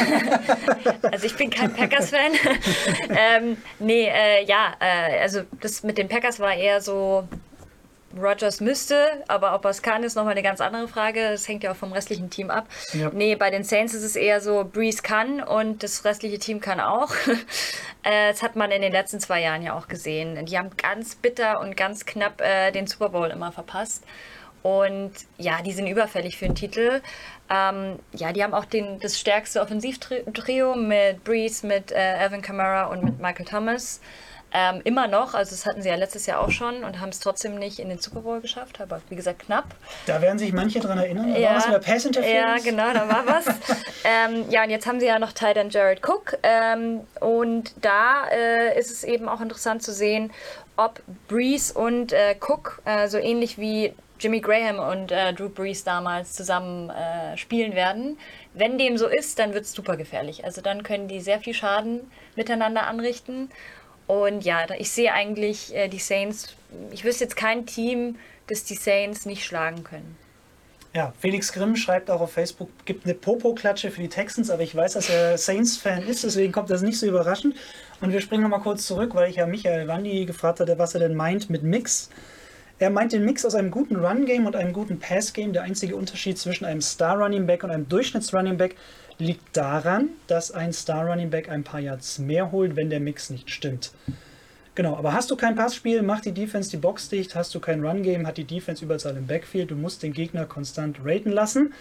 Also ich bin kein Packers-Fan. ähm, nee, äh, ja, äh, also das mit den Packers war eher so... Rodgers müsste, aber ob er es kann, ist nochmal eine ganz andere Frage. Das hängt ja auch vom restlichen Team ab. Ja. Nee, bei den Saints ist es eher so, Breeze kann und das restliche Team kann auch. Das hat man in den letzten zwei Jahren ja auch gesehen. Die haben ganz bitter und ganz knapp äh, den Super Bowl immer verpasst. Und ja, die sind überfällig für den Titel. Ähm, ja, die haben auch den, das stärkste Offensivtrio mit Breeze, mit äh, Alvin Kamara und mit Michael Thomas. Ähm, immer noch, also das hatten sie ja letztes Jahr auch schon und haben es trotzdem nicht in den Super Bowl geschafft, aber wie gesagt knapp. Da werden sich manche dran erinnern, da ja, war was mit der Pass Interference. Ja, genau, da war was. ähm, ja, und jetzt haben sie ja noch Tight End Jared Cook ähm, und da äh, ist es eben auch interessant zu sehen, ob Breeze und äh, Cook, äh, so ähnlich wie Jimmy Graham und äh, Drew Brees damals zusammen äh, spielen werden. Wenn dem so ist, dann wird es super gefährlich. Also dann können die sehr viel Schaden miteinander anrichten. Und ja, ich sehe eigentlich äh, die Saints, ich wüsste jetzt kein Team, das die Saints nicht schlagen können. Ja, Felix Grimm schreibt auch auf Facebook, gibt eine Popo-Klatsche für die Texans, aber ich weiß, dass er Saints-Fan ist, deswegen kommt das nicht so überraschend. Und wir springen nochmal kurz zurück, weil ich ja Michael Wandi gefragt hatte, was er denn meint mit Mix. Er meint den Mix aus einem guten Run-Game und einem guten Pass-Game. Der einzige Unterschied zwischen einem Star-Running-Back und einem Durchschnitts-Running-Back liegt daran, dass ein Star-Running-Back ein paar Yards mehr holt, wenn der Mix nicht stimmt. Genau, aber hast du kein Passspiel, macht die Defense die Box dicht. Hast du kein Run-Game, hat die Defense Überzahl im Backfield. Du musst den Gegner konstant raten lassen.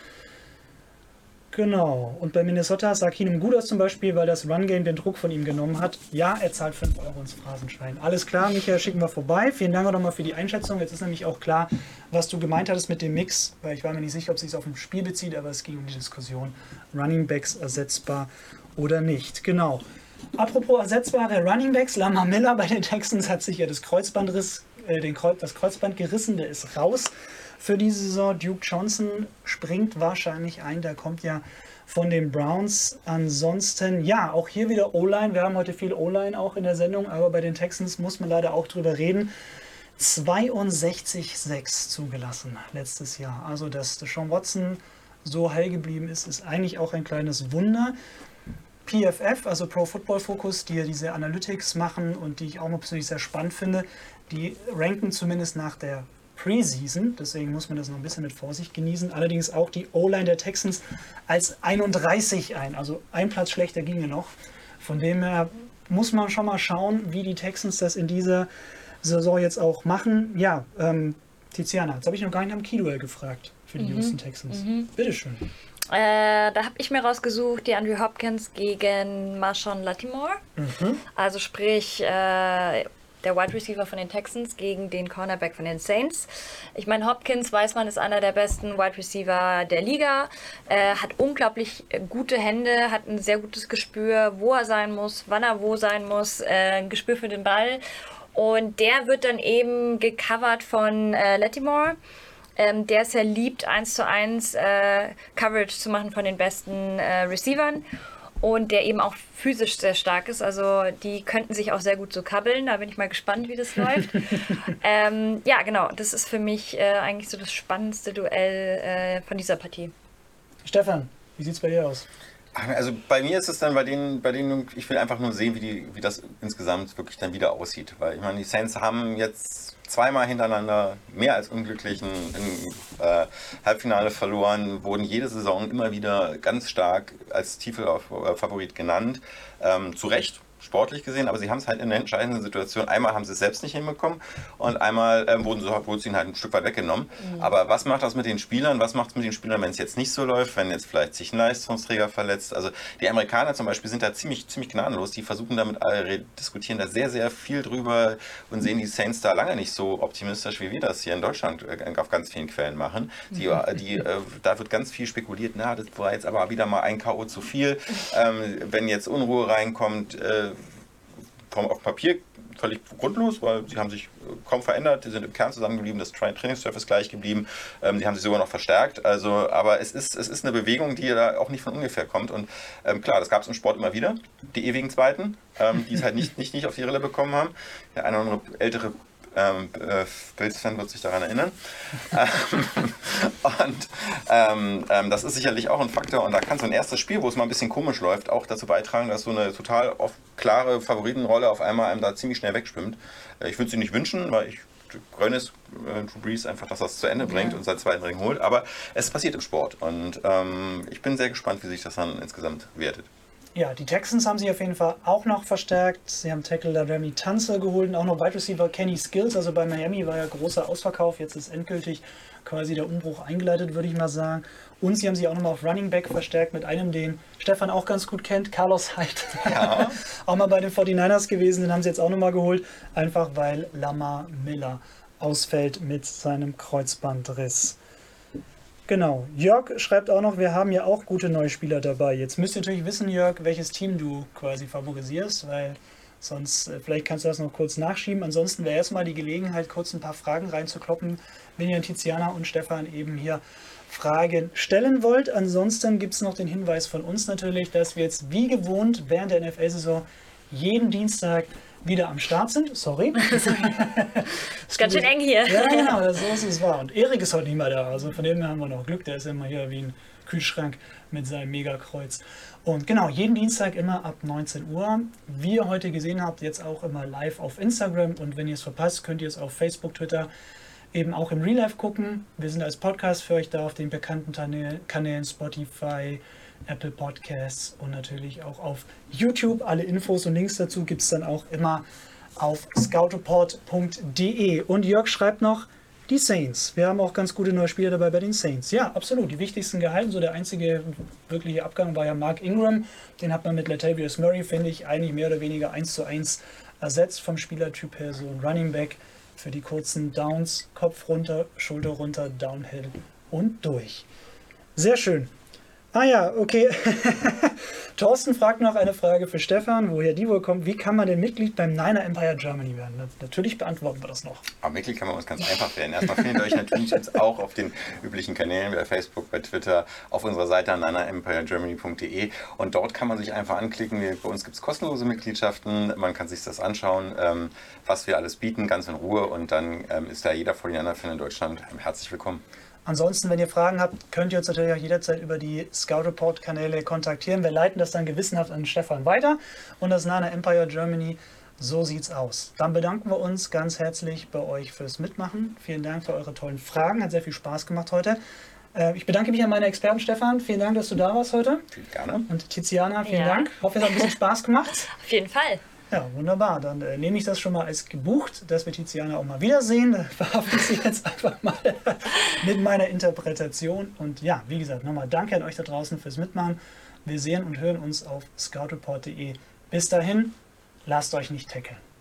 Genau, und bei Minnesota sah Keenum gut aus zum Beispiel, weil das Run-Game den Druck von ihm genommen hat. Ja, er zahlt fünf Euro ins Phrasenschwein. Alles klar, Michael, schicken wir vorbei. Vielen Dank auch nochmal für die Einschätzung. Jetzt ist nämlich auch klar, was du gemeint hattest mit dem Mix, weil ich war mir nicht sicher, ob es sich auf ein Spiel bezieht, aber es ging um die Diskussion, Running Backs ersetzbar oder nicht. Genau. Apropos ersetzbare Running Backs, Lamar Miller bei den Texans hat sich ja das Kreuzbandriss, äh, den Kreuz, das Kreuzband gerissen, der ist raus für diese Saison. Duke Johnson springt wahrscheinlich ein, der kommt ja von den Browns. Ansonsten, ja, auch hier wieder O-Line. Wir haben heute viel O-Line auch in der Sendung, aber bei den Texans muss man leider auch drüber reden. zweiundsechzig sechs zugelassen letztes Jahr. Also, dass Deshaun Watson so heil geblieben ist, ist eigentlich auch ein kleines Wunder. P F F, also Pro Football Focus, die ja diese Analytics machen und die ich auch mal persönlich sehr spannend finde, die ranken zumindest nach der Preseason, deswegen muss man das noch ein bisschen mit Vorsicht genießen. Allerdings auch die O-Line der Texans als einunddreißig ein, also ein Platz schlechter ginge noch. Von dem her muss man schon mal schauen, wie die Texans das in dieser Saison jetzt auch machen. Ja, ähm, Tiziana, jetzt habe ich noch gar nicht am Key-Duell gefragt für die mhm. Houston Texans. Mhm. Bitteschön. Äh, da habe ich mir rausgesucht, die Andrew Hopkins gegen Marshawn Lattimore. Mhm. Also sprich, äh, der Wide Receiver von den Texans gegen den Cornerback von den Saints. Ich meine, Hopkins, weiß man, ist einer der besten Wide Receiver der Liga, äh, hat unglaublich gute Hände, hat ein sehr gutes Gespür, wo er sein muss, wann er wo sein muss, äh, ein Gespür für den Ball. Und der wird dann eben gecovert von äh, Lattimore. Ähm, der es ja liebt, eins zu eins äh, Coverage zu machen von den besten äh, Receivern. Und der eben auch physisch sehr stark ist. Also die könnten sich auch sehr gut so kabbeln. Da bin ich mal gespannt, wie das läuft. ähm, ja, genau. Das ist für mich äh, eigentlich so das spannendste Duell äh, von dieser Partie. Stefan, wie sieht es bei dir aus? Also bei mir ist es dann bei denen, bei denen ich will einfach nur sehen, wie, die, wie das insgesamt wirklich dann wieder aussieht. Weil ich meine, die Saints haben jetzt zweimal hintereinander mehr als unglücklichen im äh, Halbfinale verloren, wurden jede Saison immer wieder ganz stark als Titelfavorit genannt. Ähm, zu Recht, sportlich gesehen, aber sie haben es halt in der entscheidenden Situation, einmal haben sie es selbst nicht hinbekommen und einmal ähm, wurden sie, wurde es ihnen halt ein Stück weit weggenommen. Mhm. Aber was macht das mit den Spielern? Was macht es mit den Spielern, wenn es jetzt nicht so läuft, wenn jetzt vielleicht sich ein Leistungsträger verletzt? Also die Amerikaner zum Beispiel sind da ziemlich, ziemlich gnadenlos, die versuchen damit, äh, diskutieren da sehr, sehr viel drüber und sehen die Saints da lange nicht so optimistisch, wie wir das hier in Deutschland äh, auf ganz vielen Quellen machen. Die, mhm. die, äh, da wird ganz viel spekuliert, na, das war jetzt aber wieder mal ein K O zu viel. Ähm, wenn jetzt Unruhe reinkommt, äh, auf Papier völlig grundlos, weil sie haben sich kaum verändert, die sind im Kern zusammengeblieben, das Trainingssurf ist gleich geblieben, ähm, die haben sich sogar noch verstärkt, also, aber es ist, es ist eine Bewegung, die da auch nicht von ungefähr kommt und ähm, klar, das gab es im Sport immer wieder, die ewigen Zweiten, ähm, die es halt nicht, nicht, nicht auf die Rille bekommen haben, der eine oder andere ältere Ähm, äh, Bills-Fan wird sich daran erinnern. und ähm, ähm, das ist sicherlich auch ein Faktor und da kann so ein erstes Spiel, wo es mal ein bisschen komisch läuft, auch dazu beitragen, dass so eine total oft klare Favoritenrolle auf einmal einem da ziemlich schnell wegschwimmt. Äh, ich würde sie nicht wünschen, weil ich gönne es äh, Drew Brees einfach, dass er es zu Ende bringt ja. und seinen zweiten Ring holt, aber es passiert im Sport und ähm, ich bin sehr gespannt, wie sich das dann insgesamt wertet. Ja, die Texans haben sich auf jeden Fall auch noch verstärkt. Sie haben Tackle Remy Tunsil geholt und auch noch Wide Receiver Kenny Stills. Also bei Miami war ja großer Ausverkauf. Jetzt ist endgültig quasi der Umbruch eingeleitet, würde ich mal sagen. Und sie haben sich auch nochmal auf Running Back verstärkt mit einem, den Stefan auch ganz gut kennt, Carlos Hyde. Ja. Auch mal bei den forty-niners gewesen, den haben sie jetzt auch nochmal geholt. Einfach weil Lamar Miller ausfällt mit seinem Kreuzbandriss. Genau, Jörg schreibt auch noch, wir haben ja auch gute neue Spieler dabei. Jetzt müsst ihr natürlich wissen, Jörg, welches Team du quasi favorisierst, weil sonst, äh, vielleicht kannst du das noch kurz nachschieben. Ansonsten wäre erstmal die Gelegenheit, kurz ein paar Fragen reinzukloppen, wenn ihr Tiziana und Stefan eben hier Fragen stellen wollt. Ansonsten gibt es noch den Hinweis von uns natürlich, dass wir jetzt wie gewohnt während der N F L-Saison jeden Dienstag wieder am Start sind. Sorry. Ist ganz schön eng hier. Ja, genau, so ist es wahr. Und Erik ist heute nicht mehr da. Also von dem her haben wir noch Glück. Der ist immer hier wie ein Kühlschrank mit seinem Megakreuz. Und genau, jeden Dienstag immer ab neunzehn Uhr. Wie ihr heute gesehen habt, jetzt auch immer live auf Instagram. Und wenn ihr es verpasst, könnt ihr es auf Facebook, Twitter eben auch im Real Life gucken. Wir sind als Podcast für euch da auf den bekannten Kanälen Spotify, Apple Podcasts und natürlich auch auf YouTube. Alle Infos und Links dazu gibt es dann auch immer auf scoutreport punkt de. Und Jörg schreibt noch, die Saints. Wir haben auch ganz gute neue Spieler dabei bei den Saints. Ja, absolut. Die wichtigsten gehalten. So der einzige wirkliche Abgang war ja Mark Ingram. Den hat man mit Latavius Murray, finde ich, eigentlich mehr oder weniger eins zu eins ersetzt vom Spielertyp her. So ein Running Back für die kurzen Downs. Kopf runter, Schulter runter, Downhill und durch. Sehr schön. Ah ja, okay. Thorsten fragt noch eine Frage für Stefan, woher die wohl kommt. Wie kann man denn Mitglied beim Niner Empire Germany werden? Natürlich beantworten wir das noch. Aber Mitglied kann man uns ganz einfach werden. Erstmal findet ihr euch natürlich jetzt auch auf den üblichen Kanälen, bei Facebook, bei Twitter, auf unserer Seite niner empire germany punkt de und dort kann man sich einfach anklicken. Bei uns gibt es kostenlose Mitgliedschaften. Man kann sich das anschauen, was wir alles bieten, ganz in Ruhe und dann ist da jeder forty-niner-Fan in Deutschland herzlich willkommen. Ansonsten, wenn ihr Fragen habt, könnt ihr uns natürlich auch jederzeit über die Scout Report Kanäle kontaktieren. Wir leiten das dann gewissenhaft an Stefan weiter und das Niner Empire Germany, so sieht's aus. Dann bedanken wir uns ganz herzlich bei euch fürs Mitmachen. Vielen Dank für eure tollen Fragen, hat sehr viel Spaß gemacht heute. Ich bedanke mich an meine Experten, Stefan. Vielen Dank, dass du da warst heute. Vielen Gerne. Und Tiziana, vielen Ja. Dank. Ich hoffe, es hat ein bisschen Spaß gemacht. Auf jeden Fall. Ja, wunderbar. Dann äh, nehme ich das schon mal als gebucht, dass wir Tiziana auch mal wiedersehen. Da verhafte ich sie jetzt einfach mal mit meiner Interpretation. Und ja, wie gesagt, nochmal danke an euch da draußen fürs Mitmachen. Wir sehen und hören uns auf scout report punkt de. Bis dahin, lasst euch nicht tackeln.